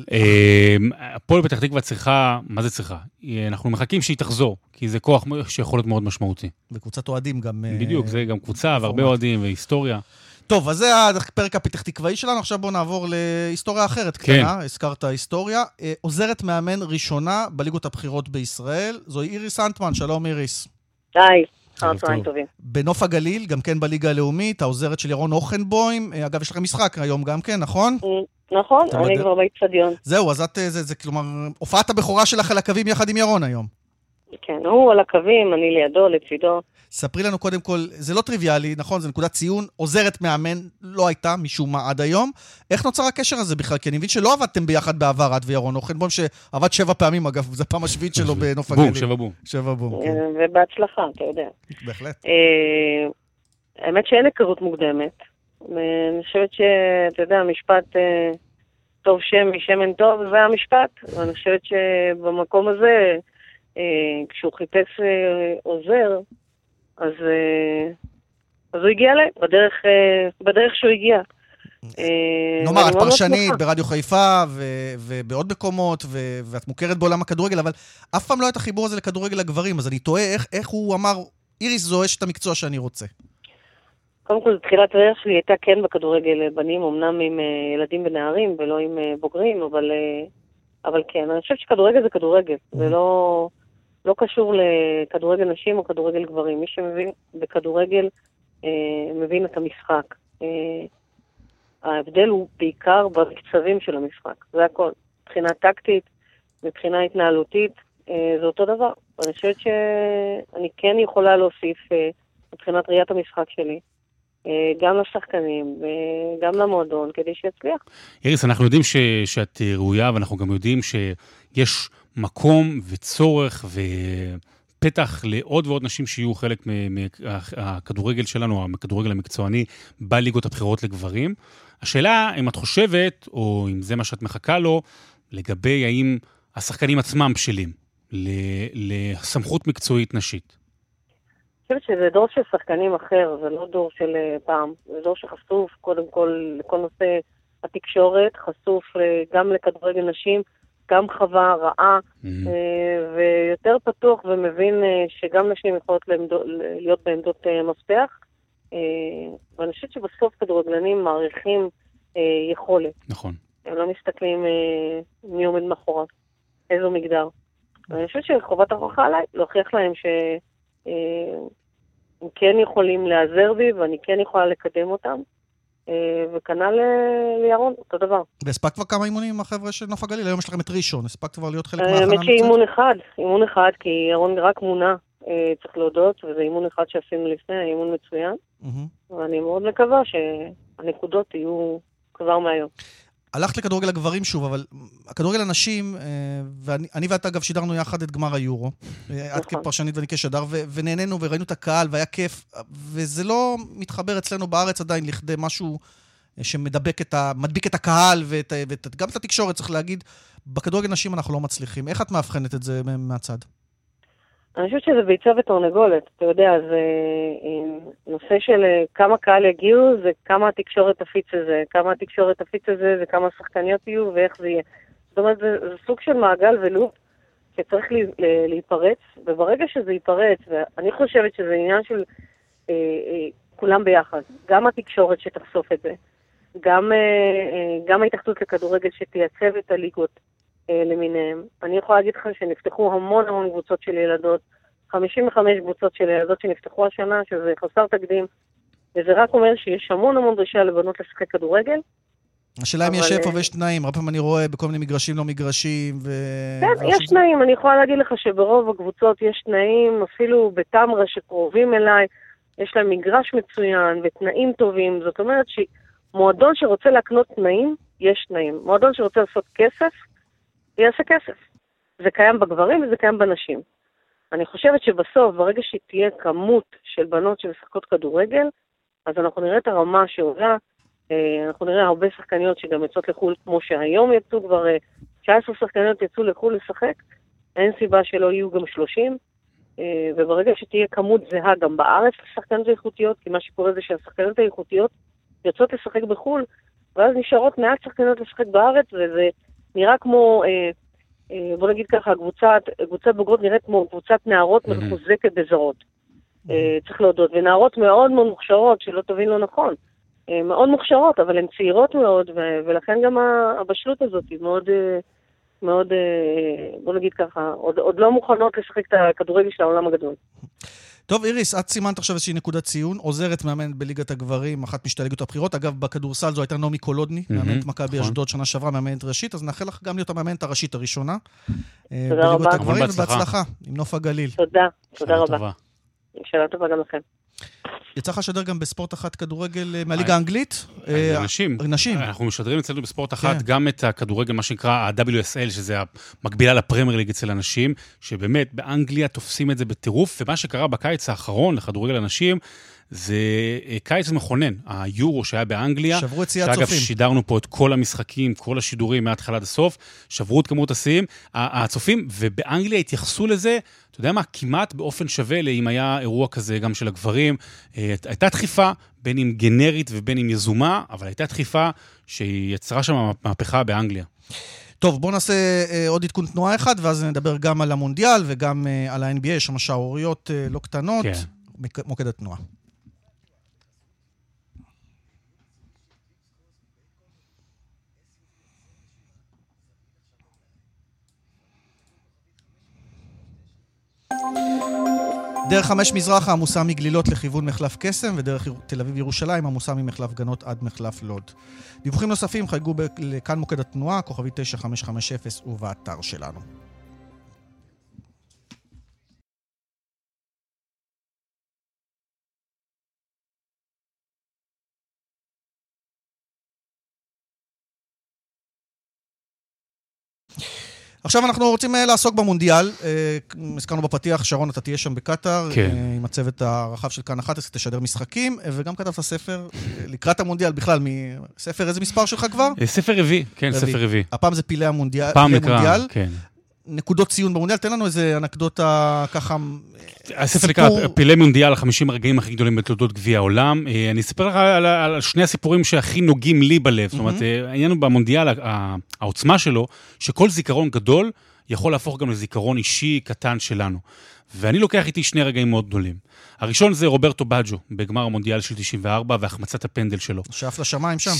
הפועל פתח תקווה צריכה, מה זה צריכה? אנחנו מחכים שהיא תחזור, כי זה כוח שיכול להיות מאוד משמעותי. וקבוצת אוהדים גם... בדיוק, זה גם קבוצה, והרבה אוהדים, והיסטוריה. טוב, אז זה הפרק הפתח תקוואי שלנו, עכשיו בואו נעבור להיסטוריה אחרת קטנה, הזכרת היסטוריה. עוזרת מאמן ראשונה בליגות הבחירות בישראל, זוהי איריס אנטמן, שלום איריס. היי. צהריים טובים. בנוף הגליל, גם כן בליגה הלאומית, העוזרת של ירון אוכנבוים, אגב, יש לכם משחק היום גם כן, נכון? נכון, אני כבר באצטדיון. זהו, אז את, זה, זה, כלומר, הופעת הבכורה שלך על הקווים יחד עם ירון היום. כן, הוא על הקווים, אני לידו, לצידו. ספרי לנו קודם כל, זה לא טריוויאלי, נכון, זה נקודת ציון, עוזרת מאמן לא הייתה משום מה עד היום. איך נוצר הקשר הזה בכלל? כי אני מבין שלא עבדתם ביחד בעבר, את וירון אוכנבוים, שעבד שבע פעמים, אגב, זה פעם השביעית שלו בנוף הגליל. בום, שבע בום. שבע בום, כן. ובהצלחה, אתה יודע. בהחלט. האמת שאין היכרות מוקדמת. אני חושבת שאתה יודע, המשפט טוב שם משמן טוב, זה המשפט. ואני חושבת שבמקום הזה, כשהוא חיפש עוזר, אז, אז הוא הגיע להם, בדרך, בדרך שהוא הגיע. נאמר, את פרשנית ברדיו חיפה ובעוד מקומות, ואת מוכרת בעולם הכדורגל, אבל אף פעם לא היה את החיבור הזה לכדורגל הגברים, אז אני תוהה איך הוא אמר, איריס זו אשת המקצוע שאני רוצה. קודם כל, תחילת הדרך שלי הייתה כן בכדורגל בנים, אמנם עם ילדים ונערים ולא עם בוגרים, אבל, אבל כן, אני חושבת שכדורגל זה כדורגל, זה לא, לא קשור לכדורגל נשים או כדורגל גברים. מי שמבין בכדורגל מבין את המשחק. ההבדל הוא בעיקר במקצבים של המשחק, זה הכל. מבחינה טקטית, מבחינה התנהלותית, זה אותו דבר. אני חושבת שאני כן יכולה להוסיף מבחינת ראיית המשחק שלי, גם לשחקנים, גם למועדון, כדי שיצליח. איריס, אנחנו יודעים ש, שאת ראויה, ואנחנו גם יודעים שיש מקום וצורך ופתח לעוד ועוד נשים שיהיו חלק מהכדורגל שלנו, הכדורגל המקצועני, בליגות הבחירות לגברים. השאלה, אם את חושבת, או אם זה מה שאת מחכה לו, לגבי האם השחקנים עצמם בשלים לסמכות מקצועית נשית. אני חושבת שזה דור של שחקנים אחר, זה לא דור של פעם. זה דור שחשוף קודם כל לכל נושא התקשורת, חשוף גם לכדורגל נשים, גם חווה רעה, mm-hmm. ויותר פתוח ומבין שגם נשים יכולות להיות בעמדות מפתח. ואני חושבת שבסוף כדורגלנים מעריכים יכולת. נכון. הם לא מסתכלים מי עומד מאחוריו, איזו מגדר. ואני חושבת שחובת ההוכחה עליי, להוכיח להם ש... הם כן יכולים לעזר בי, ואני כן יכולה לקדם אותם, וכנ"ל לירון, אותו דבר. והספק כבר כמה אימונים עם החבר'ה של נוף הגליל? היום יש לכם את ראשון, הספק כבר להיות חלק מההכנה? האמת שאימון אחד, אימון אחד, כי ירון רק מונה, צריך להודות, וזה אימון אחד שעשינו לפני, אימון מצוין, ואני מאוד מקווה שהנקודות יהיו כבר מהיום. הלכת לכדורגל הגברים שוב, אבל הכדורגל הנשים, ואני ואתה אגב שידרנו יחד את גמר היורו, את כפרשנית ואני כשדר, ונהנינו וראינו את הקהל והיה כיף, וזה לא מתחבר אצלנו בארץ עדיין לכדי משהו שמדבק את ה... מדביק את הקהל וגם את התקשורת, צריך להגיד, בכדורגל נשים אנחנו לא מצליחים. איך את מאבחנת את זה מהצד? אני חושבת שזה ביצה ותרנגולת, אתה יודע, זה נושא של כמה קהל יגיעו, זה כמה התקשורת תפיץ את זה, כמה התקשורת תפיץ את זה, וכמה שחקניות יהיו, ואיך זה יהיה. זאת אומרת, זה, זה סוג של מעגל ולופ שצריך לי, להיפרץ, וברגע שזה ייפרץ, ואני חושבת שזה עניין של אה, אה, כולם ביחד, גם התקשורת שתחשוף את זה, גם, אה, גם ההתאחדות לכדורגל שתייצב את הליגות, למיניהם. אני יכולה להגיד לך שנפתחו המון המון קבוצות של ילדות, חמישים וחמש קבוצות של ילדות שנפתחו השנה, שזה חסר תקדים, וזה רק אומר שיש המון המון דרישה לבנות לשחק כדורגל. השאלה אם יש איפה ויש תנאים, הרבה פעמים אני רואה בכל מיני מגרשים לא מגרשים. כן, יש תנאים, אני יכולה להגיד לך שברוב הקבוצות יש תנאים, אפילו בתמרה שקרובים אליי, יש להם מגרש מצוין ותנאים טובים, זאת אומרת שמועדון שרוצה להקנות תנאים, יש תנאים. מועדון שרוצה לעשות כסף, יעשה כסף. זה קיים בגברים וזה קיים בנשים. אני חושבת שבסוף, ברגע שתהיה כמות של בנות שמשחקות כדורגל, אז אנחנו נראה את הרמה שעולה, אנחנו נראה הרבה שחקניות שגם יצאות לחול, כמו שהיום יצאו כבר, תשע עשרה שחקניות יצאו לחול לשחק, אין סיבה שלא יהיו גם שלושים, וברגע שתהיה כמות זהה גם בארץ לשחקניות האיכותיות, כי מה שקורה זה שהשחקניות האיכותיות יוצאות לשחק בחול, ואז נשארות מעט שחקניות לשחק בארץ, וזה נראה כמו, אה, אה, בוא נגיד ככה, קבוצת, קבוצת בוגרות נראית כמו קבוצת נערות mm-hmm. מחוזקת בזרות. Mm-hmm. אה, צריך להודות. ונערות מאוד מאוד מוכשרות, שלא תבין לא נכון. אה, מאוד מוכשרות, אבל הן צעירות מאוד, ו- ולכן גם הבשלות הזאת היא מאוד, אה, מאוד, אה, בוא נגיד ככה, עוד, עוד לא מוכנות לשחק את הכדורגל של העולם הגדול. טוב, איריס, את סימנת עכשיו איזושהי נקודת ציון, עוזרת מאמנת בליגת הגברים, אחת משתי ליגות הבחירות. אגב, בכדורסל זו הייתה נעמי קולודני, מאמנת מכבי אשדוד שנה שעברה, מאמנת ראשית, אז נאחל לך גם להיות המאמנת הראשית הראשונה. תודה רבה. הגברים, ובהצלחה, עם נוף הגליל. תודה, תודה רבה. שאלה טובה גם לכם. יצא לך לשדר גם בספורט אחת כדורגל מהליגה האנגלית? נשים. נשים. אנחנו משדרים אצלנו בספורט אחת גם את הכדורגל, מה שנקרא ה-דאבליו אס אל, שזה המקבילה לפרמייר ליג אצל הנשים, שבאמת באנגליה תופסים את זה בטירוף, ומה שקרה בקיץ האחרון לכדורגל הנשים, זה קיץ מכונן, היורו שהיה באנגליה, שברו את שיאת שאגב צופים. שידרנו פה את כל המשחקים, כל השידורים מההתחלה עד הסוף, שברו את כמות השיאים, הצופים, ובאנגליה התייחסו לזה, אתה יודע מה, כמעט באופן שווה, אם היה אירוע כזה גם של הגברים, הייתה דחיפה, בין אם גנרית ובין אם יזומה, אבל הייתה דחיפה שיצרה שם מהפכה באנגליה. טוב, בואו נעשה אה, עוד עדכון תנועה אחד, ואז נדבר גם על המונדיאל וגם אה, על ה-אן בי איי, שם שערוריות אה, לא קטנות, כן. מוקד התנועה. דרך חמש מזרחה עמוסה מגלילות לכיוון מחלף קסם, ודרך תל אביב ירושלים עמוסה ממחלף גנות עד מחלף לוד. דיווחים נוספים חייגו לכאן מוקד התנועה, כוכבי תשע חמש חמש אפס ובאתר שלנו. עכשיו אנחנו רוצים לעסוק במונדיאל. הזכרנו בפתיח, שרון, אתה תהיה שם בקטר, עם הצוות הרחב של כאן אחת עשרה, תשדר משחקים, וגם כתבת ספר לקראת המונדיאל בכלל, ספר איזה מספר שלך כבר? ספר רביעי, כן, ספר רביעי. הפעם זה פילי המונדיאל. פעם נקרא, כן. נקודות ציון במונדיאל, תן לנו איזה אנקדוטה ככה... הספר נקרא פילי מונדיאל, החמישים הרגעים הכי גדולים בתולדות גביע העולם. אני אספר לך על שני הסיפורים שהכי נוגעים לי בלב. זאת אומרת, העניין הוא במונדיאל, העוצמה שלו, שכל זיכרון גדול יכול להפוך גם לזיכרון אישי קטן שלנו. ואני לוקח איתי שני רגעים מאוד גדולים. הראשון זה רוברטו באג'ו, בגמר המונדיאל של תשעים וארבע, והחמצת הפנדל שלו. שאף לשמיים שם.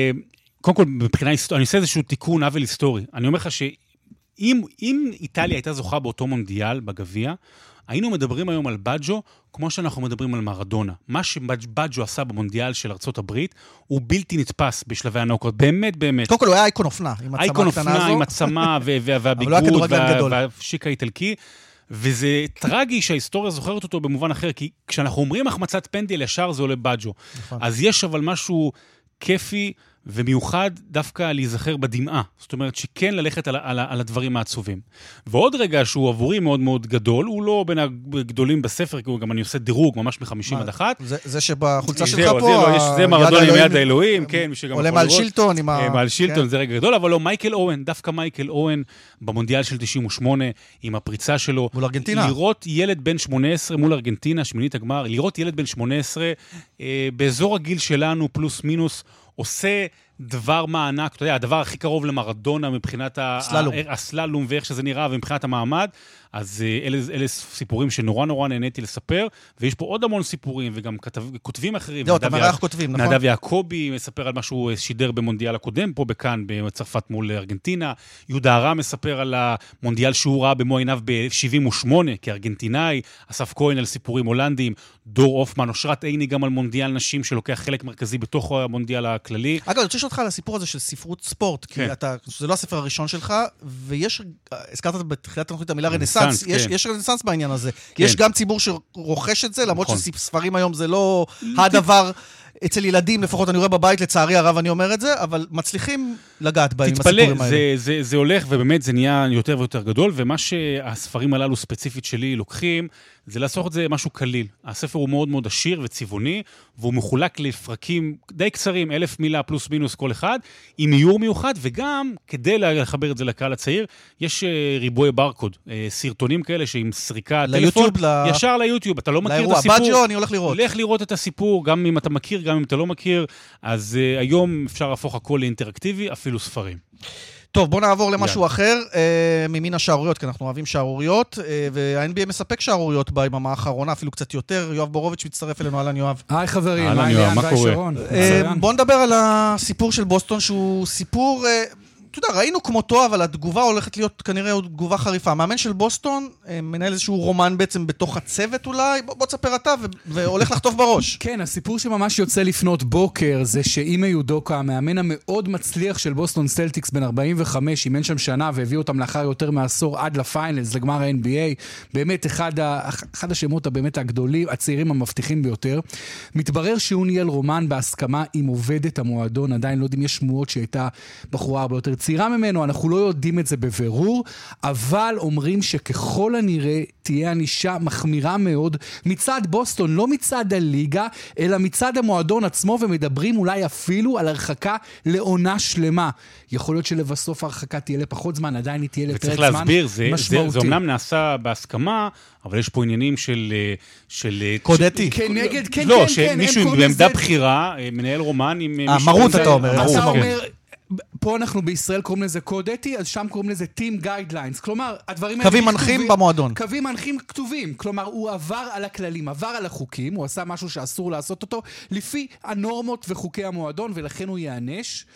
קודם כל, מבחינה היסטורית, אני עושה איזשהו תיקון עוול היסטורי. אני אומר לך ש אם, אם איטליה הייתה זוכה באותו מונדיאל, בגביע, היינו מדברים היום על באג'ו, כמו שאנחנו מדברים על מרדונה. מה שבאג'ו עשה במונדיאל של ארצות הברית, הוא בלתי נתפס בשלבי הנוקות. באמת, באמת. קודם כל, הוא היה אייקון אופנה, עם הצמה אייקון אופנה, עם הצמה, והביגוד, והשיק האיטלקי. וזה טרגי שההיסטוריה זוכרת אותו במובן אחר, כי כשאנחנו אומרים החמצת פנדל, ישר זה עולה באג'ו. אז יש אבל משהו כיפי, ומיוחד דווקא להיזכר בדמעה. זאת אומרת שכן ללכת על, על, על הדברים העצובים. ועוד רגע שהוא עבורי מאוד מאוד גדול, הוא לא בין הגדולים בספר, כי גם אני עושה דירוג ממש מ-חמישים עד אחת. זה, זה שבחולצה שלך זה, פה, זה, לא, יש, זה מרדונה עם יד האלוהים, כן, מי שגם עולה מעל שילטון. עם ה... מעל שילטון, כן. זה רגע גדול, אבל לא, מייקל אוהן, דווקא מייקל אוהן, במונדיאל של תשעים ושמונה, עם הפריצה שלו. מול ארגנטינה. לראות ילד בן שמונה עשרה מול ארגנטינה, שמינית הגמר, לראות ילד בן שמונה עשרה, אה, באזור הגיל שלנו, פלוס מינוס, עושה דבר מענק, אתה יודע, הדבר הכי קרוב למרדונה מבחינת הסללום. הסללום ואיך שזה נראה ומבחינת המעמד, אז אלה, אלה סיפורים שנורא נורא נהניתי לספר, ויש פה עוד המון סיפורים, וגם כתב, כותבים אחרים. לא, אתה מרח כותבים, נכון? נדב יעקובי מספר על מה שהוא שידר במונדיאל הקודם, פה בכאן, בצרפת מול ארגנטינה. יהודה הרם מספר על המונדיאל שהוא ראה במו עיניו ב-שבעים ושמונה, כארגנטינאי. אסף כהן על סיפורים הולנדיים. דור אופמן, אושרת עיני גם על מונדיאל נשים, שלוקח חלק מרכזי בתוך המונדיאל הכללי. אגב, אני רוצה לשאול אותך על הסיפור הזה של ספרות ספורט, כי אתה, זה לא הספר הראשון שלך, ויש, הזכרת בתחילת התוכנית המילה רנסנס, יש, יש רנסנס בעניין הזה. יש גם ציבור שרוכש את זה, למרות שספרים היום זה לא הדבר אצל ילדים, לפחות אני רואה בבית, לצערי הרב אני אומר את זה, אבל מצליחים לגעת בהם עם הסיפורים האלה. זה, זה, זה הולך, ובאמת זה נהיה יותר ויותר גדול, ומה שהספרים הללו ספציפית שלי לוקחים, זה לעשות את זה משהו קליל. הספר הוא מאוד מאוד עשיר וצבעוני, והוא מחולק לפרקים די קצרים, אלף מילה פלוס מינוס כל אחד, עם איור מיוחד, וגם כדי לחבר את זה לקהל הצעיר, יש ריבוי ברקוד, סרטונים כאלה שעם סריקה טלפון, ישר ליוטיוב, אתה לא מכיר את הסיפור. באג'ו, אני הולך לראות. הולך לראות את הסיפור, גם אם אתה מכיר, גם אם אתה לא מכיר, אז היום אפשר להפוך הכל לאינטראקטיבי, אפילו ספרים. טוב, בוא נעבור למשהו אחר, ממין השערוריות, כי אנחנו אוהבים שערוריות, וה-אן בי איי מספק שערוריות ביממה האחרונה, אפילו קצת יותר. יואב בורוביץ' מצטרף אלינו, אהלן יואב. היי חברים, אהלן יואב, מה קורה? בוא נדבר על הסיפור של בוסטון, שהוא סיפור, אתה יודע, ראינו כמותו, אבל התגובה הולכת להיות כנראה תגובה חריפה. המאמן של בוסטון מנהל איזשהו רומן בעצם בתוך הצוות אולי, בוא תספר אתה, והולך לחטוף בראש. כן, הסיפור שממש יוצא לפנות בוקר, זה שאימי יודוקה, המאמן המאוד מצליח של בוסטון סלטיקס בן ארבעים וחמש, אימן שם שנה והביא אותם לאחר יותר מעשור עד לפיינלס, לגמר ה-אן בי איי, באמת אחד, ה, אחד השמות הבאמת הגדולים, הצעירים המבטיחים ביותר. מתברר שהוא ניהל רומן בהסכמה עם עובדת המועדון, עדיין לא יודעים, יש שמועות שהייתה בחורה הרבה יותר צעירה ממנו, אנחנו לא יודעים את זה בבירור, אבל אומרים שככל הנראה תהיה ענישה מחמירה מאוד מצד בוסטון, לא מצד הליגה, אלא מצד המועדון עצמו, ומדברים אולי אפילו על הרחקה לעונה שלמה. יכול להיות שלבסוף הרחקה תהיה לפחות זמן, עדיין היא תהיה לפרק זמן להסביר, זה, משמעותי. זה, זה אומנם נעשה בהסכמה, אבל יש פה עניינים של... של קודתי. כנגד, כן, לא, כן, כן. שמישהו בעמדה בחירה, מנהל רומן עם... מרות אתה אומר. אתה אומר... פה אנחנו בישראל קוראים לזה קוד אתי, אז שם קוראים לזה טים גיידליינס. כלומר, הדברים האלה... קווים מנחים במועדון. קווים מנחים כתובים. כלומר, הוא עבר על הכללים, עבר על החוקים, הוא עשה משהו שאסור לעשות אותו, לפי הנורמות וחוקי המועדון, ולכן הוא יענש.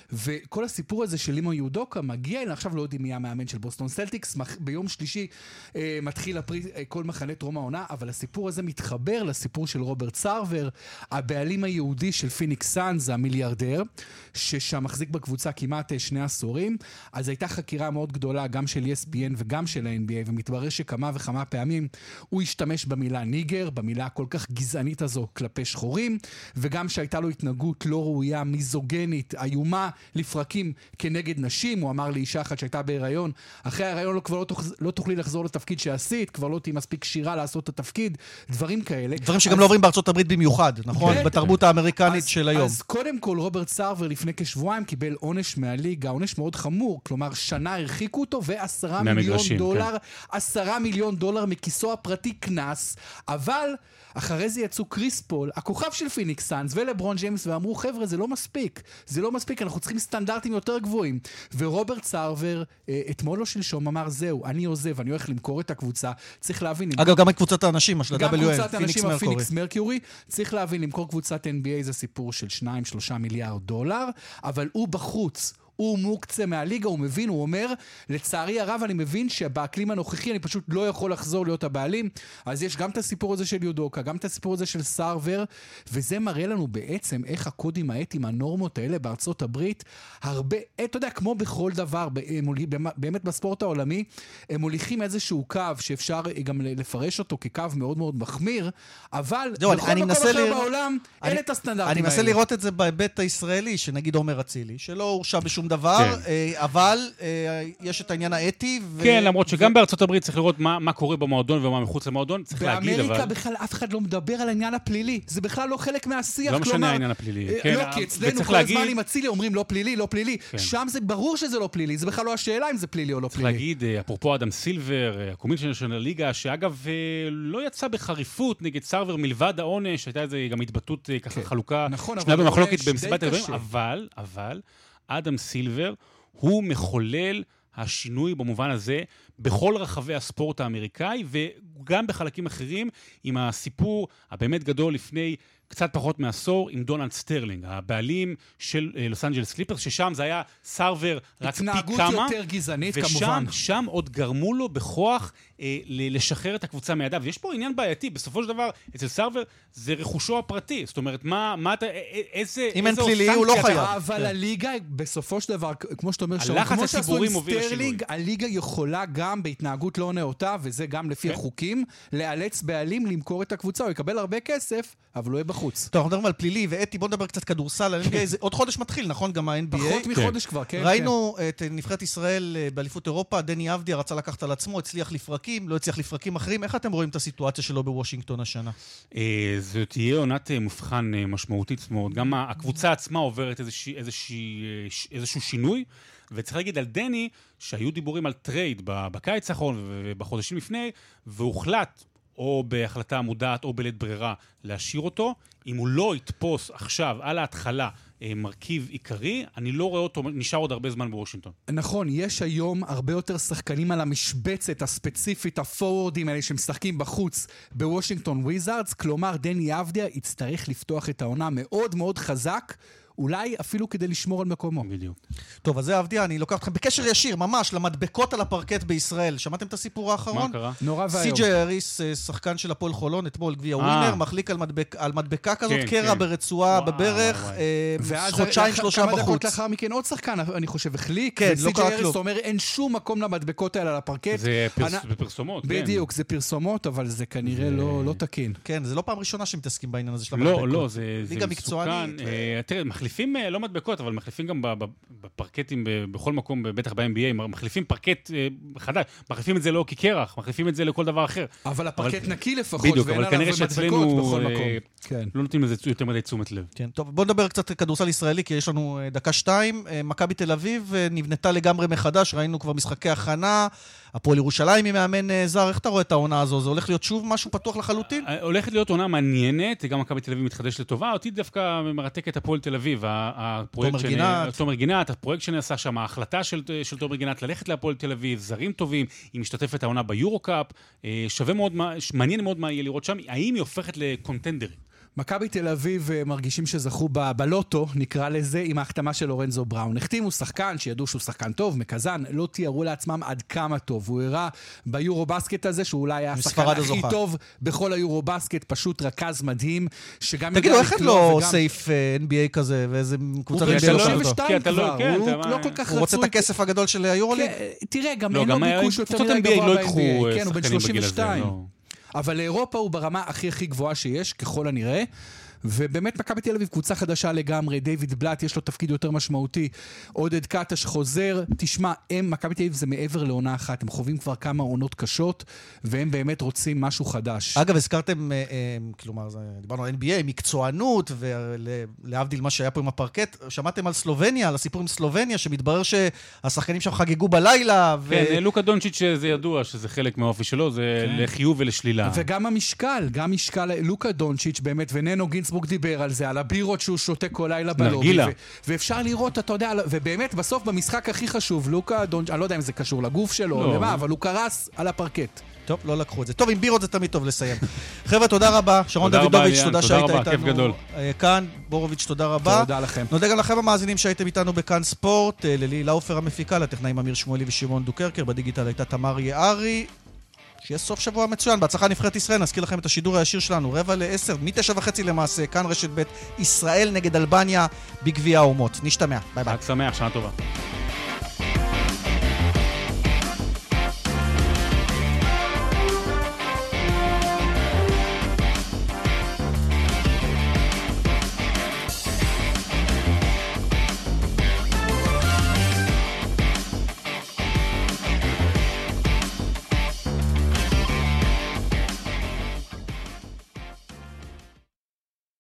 וכל הסיפור הזה של לימו יודוקה מגיע, אלינו, עכשיו לא יודעים מי המאמן של בוסטון סלטיקס, ביום שלישי אה, מתחיל הפרי, אה, כל מחנה טרום העונה, אבל הסיפור הזה מתחבר לסיפור של רוברט סרבר, הבעלים היהודי של פיניקס סאנז, המיליארדר, ששם מחזיק בקבוצה כמעט אה, שני עשורים, אז הייתה חקירה מאוד גדולה, גם של E S P N וגם של ה-N B A, ומתברר שכמה וכמה פעמים הוא השתמש במילה ניגר, במילה כל כך גזענית הזו כלפי שחורים, וגם שהייתה לו התנהגות לא ראויה, מיזוגנית, איומה לפרקים כנגד נשים. הוא אמר לאישה אחת שהייתה בהיריון, אחרי ההיריון לא, כבר לא, תוכ... לא תוכלי לחזור לתפקיד שעשית, כבר לא תהי מספיק שירה לעשות את התפקיד, דברים כאלה. דברים שגם אז... לא עוברים בארצות הברית במיוחד, נכון? בטח. בתרבות האמריקנית אז, של היום. אז קודם כל רוברט סרבר לפני כשבועיים קיבל עונש מהליגה, עונש מאוד חמור, כלומר שנה הרחיקו אותו ועשרה מיליון דולר, כן. עשרה מיליון דולר מכיסו הפרטי כנס, אבל אחרי זה יצאו קריס פול, הכוכב של פיניקס סאנס ולברון ג'יימס, ואמרו, חבר'ה, זה לא מספיק, זה לא מספיק, אנחנו צריכים סטנדרטים יותר גבוהים. ורוברט סרבר, אתמול או שלשום, אמר, זהו, אני עוזב, אני הולך למכור את הקבוצה, צריך להבין... אגב, גם את קבוצת האנשים, של ה-דאבליו איי, גם קבוצת האנשים, הפיניקס מרקיורי, צריך להבין, למכור קבוצת N B A זה סיפור של שניים שלושה מיליארד דולר, אבל הוא בחוץ, הוא מוקצה מהליגה, הוא מבין, הוא אומר, לצערי הרב אני מבין שבאקלים הנוכחי אני פשוט לא יכול לחזור להיות הבעלים, אז יש גם את הסיפור הזה של יודוקה, גם את הסיפור הזה של סרבר, וזה מראה לנו בעצם איך הקודים האתיים, הנורמות האלה בארצות הברית, הרבה, אתה יודע, כמו בכל דבר, באמת בספורט העולמי, הם מוליכים איזשהו קו שאפשר גם לפרש אותו כקו מאוד מאוד מחמיר, אבל בכל מקום אחר בעולם, אין את הסטנדרטים האלה. אני מנסה לראות את זה בהיבט הישראלי, שנגיד עומר אצילי, שלא הורשע בשום דבר, אבל יש את העניין האתי. כן, למרות שגם בארצות הברית צריך לראות מה קורה במועדון ומה מחוץ למועדון, צריך להגיד, אבל... באמריקה בכלל אף אחד לא מדבר על העניין הפלילי, זה בכלל לא חלק מהשיח, לא משנה העניין הפלילי. לא, כי אצלנו כל הזמן עם אצילי אומרים לא פלילי, לא פלילי, שם זה ברור שזה לא פלילי, זה בכלל לא השאלה אם זה פלילי או לא פלילי. צריך להגיד, אפרופו אדם סילבר, הקומישיונר של הליגה, שאגב לא יצא בחריפות נגד סרבר מלבד העונש, הייתה איזו גם התבטאות ככה חלוקה, שנייה במחלוקת במסיבת הדברים, אבל, אבל אדם סילבר הוא מחולל השינוי במובן הזה בכל רחבי הספורט האמריקאי, וגם בחלקים אחרים, עם הסיפור הבאמת גדול לפני קצת פחות מעשור, עם דונלד סטרלינג, הבעלים של לוס אנג'לס קליפרס, ששם זה היה סרבר רק פי כמה. התנהגות יותר גזענית, כמובן. ושם עוד גרמו לו בכוח אה, לשחרר את הקבוצה מידיו. ויש פה עניין בעייתי, בסופו של דבר, אצל סרבר זה רכושו הפרטי. זאת אומרת, מה, מה אתה, איזה... אם אין פלילי, הוא לא חייב. אבל הליגה, בסופו של דבר, כמו שאתה אומר, כמו שעשו עם סטרלינג, הליגה יכולה גם בהתנהגות לא נאותה, וזה גם לפי החוקים, לאלץ בעלים למכור את הקבוצה. הוא יקבל הרבה כסף, אבל לא יהיה בחוץ. טוב, אנחנו מדברים על פלילי, ואתי, בוא נדבר קצת כדורסל, ה-N B A, עוד חודש מתחיל, נכון? גם ה-N B A. פחות מחודש כבר, כן. ראינו את נבחרת ישראל באליפות אירופה, דני אבדיה רצה לקחת על עצמו, הצליח לפרקים, לא הצליח לפרקים אחרים. איך אתם רואים את הסיטואציה שלו בוושינגטון השנה? זו תהיה עונת מבחן משמעותית מאוד. גם הקבוצה עצמה עוברת איזשהו שינוי, וצריך להגיד על דני, שהיו דיבורים על טרייד בקיץ האחרון ובחודשים לפני, והוחלט או בהחלטה מודעת או בלית ברירה להשאיר אותו. אם הוא לא יתפוס עכשיו על ההתחלה מרכיב עיקרי, אני לא רואה אותו נשאר עוד הרבה זמן בוושינגטון. נכון, יש היום הרבה יותר שחקנים על המשבצת הספציפית, הפורורדים האלה שמשחקים בחוץ בוושינגטון וויזארדס, כלומר דני אבדיה יצטרך לפתוח את העונה מאוד מאוד חזק, אולי אפילו כדי לשמור על מקומו. בדיוק. טוב, אז זה אבדיה, אני לוקח אתכם בקשר ישיר, ממש, למדבקות על הפרקט בישראל. שמעתם את הסיפור האחרון? מה קרה? נורא והיום. סי.ג'יי אריס, שחקן של הפועל חולון, אתמול גביע ווינר, מחליק על, מדבק, על מדבקה כזאת, כן, קרע כן. ברצועה, וואו, בברך, וואו, וואו. חודשיים, שלושה בחוץ. כמה דקות לאחר מכן עוד שחקן, אני חושב, החליק, כן, וסי.ג'יי אריס אומר, אין שום מקום למדבקות האלה על הפרקט. זה פרס, אני... פרסומות, כן. בדיוק, זה פרסומות, אבל זה כנראה זה... לא, לא תקין. כן, זה לא פעם ראשונה שמתעסקים בעניין הזה של המדבקות. לא, לא, זה, זה מסוכן. תראה, מחליפים לא מדבקות, אבל מחליפים גם בפרקטים בכל מקום, בטח ב-N B A, מחליפים פרקט חדש, מחליפים את זה לא כקרח, מחליפים את זה לכל דבר אחר. אבל הפרקט נקי לפחות, בדיוק, אבל כנראה שאצלנו לא נותנים לזה יותר מדי תשומת לב. כן, טוב, בואו נדבר קצת כדורסל ישראלי, כי יש לנו דקה שתיים. מכבי תל אביב נבנתה לגמרי מחדש, ראינו כבר משחקי הכנה, הפועל ירושלים עם מאמן זר. איך אתה רואה את העונה הזו? זה הולך להיות שוב משהו פתוח לחלוטין? הולכת להיות עונה מעניינת, גם מכבי תל אביב מתחדש לטובה, אותי דווקא מרתק את הפועל תל אביב, הפרויקט של תומר גינת, הפרויקט שנעשה שם, ההחלטה של תומר גינת ללכת להפועל תל אביב, זרים טובים, היא משתתפת העונה ביורו-קאפ, שווה מאוד, מעניין מאוד מה יהיה לראות שם, האם היא הופכת לקונטנדרית? מכבי תל אביב מרגישים שזכו בלוטו, נקרא לזה, עם ההחתמה של לורנזו בראון. החתימו שחקן שידעו שהוא שחקן טוב, מקזן, לא תיארו לעצמם עד כמה טוב. הוא הראה ביורו בסקט הזה, שהוא אולי היה השחקן הכי טוב בכל היורו בסקט, פשוט רכז מדהים, שגם... תגידו, איך לא סייף אן בי איי כזה, ואיזה קבוצה... הוא בן שלושים ושתיים כבר, הוא לא כל כך רצוי. הוא רוצה את הכסף הגדול של היורוליג? תראה, גם אין לו ביקוש יותר מדי גבוה ב-אן בי איי. כן, הוא בן שלושים ושתיים. אבל לאירופה הוא ברמה הכי הכי גבוהה שיש, ככל הנראה. ובאמת מכבי תל אביב קבוצה חדשה לגמרי, דיוויד בלאט יש לו תפקיד יותר משמעותי, עודד קטש חוזר, תשמע, הם, מכבי תל אביב זה מעבר לעונה אחת, הם חווים כבר כמה עונות קשות, והם באמת רוצים משהו חדש. אגב, הזכרתם, אה, אה, כלומר, דיברנו על אן בי איי, מקצוענות, ולהבדיל מה שהיה פה עם הפרקט, שמעתם על סלובניה, על הסיפור עם סלובניה, שמתברר שהשחקנים שם חגגו בלילה. ו... כן, לוקה דונצ'יץ' זה ידוע, שזה חלק מהאופי שלו, זה כן. לחיוב ולשלילה. וגם המשקל, גם משקל, לוקה דונצ'יץ' באמת, וננו גינסבורג דיבר על זה, על הבירות שהוא שותה כל לילה בלובי, ו- ואפשר לראות, אתה יודע, ובאמת בסוף במשחק הכי חשוב, לוקה דונצ'יץ', אני לא יודע אם זה קשור לגוף שלו, לא. למה, אבל הוא קרס על הפרקט. טוב, לא לקחו את זה. טוב, עם בירות זה תמיד טוב לסיים. חבר'ה, תודה רבה. שרון דוידוביץ', תודה שהיית איתנו כאן. בורוביץ', תודה רבה. תודה לכם. נודה גם לכם המאזינים שהייתם איתנו בכאן ספורט. ללי לאופר המפיקה, לטכנאים אמיר שמואלי ושמעון דוקרקר. בדיגיטל הייתה תמר יערי. שיהיה סוף שבוע מצוין. בהצלחה נבחרת ישראל. נזכיר לכם את השידור הישיר שלנו, רבע לעשר, מתשע וחצי למעשה. כאן רשת ב' ישראל נגד אלבניה בגביע האומות. נשתמע. ביי ביי. חג שמח, שנה טובה.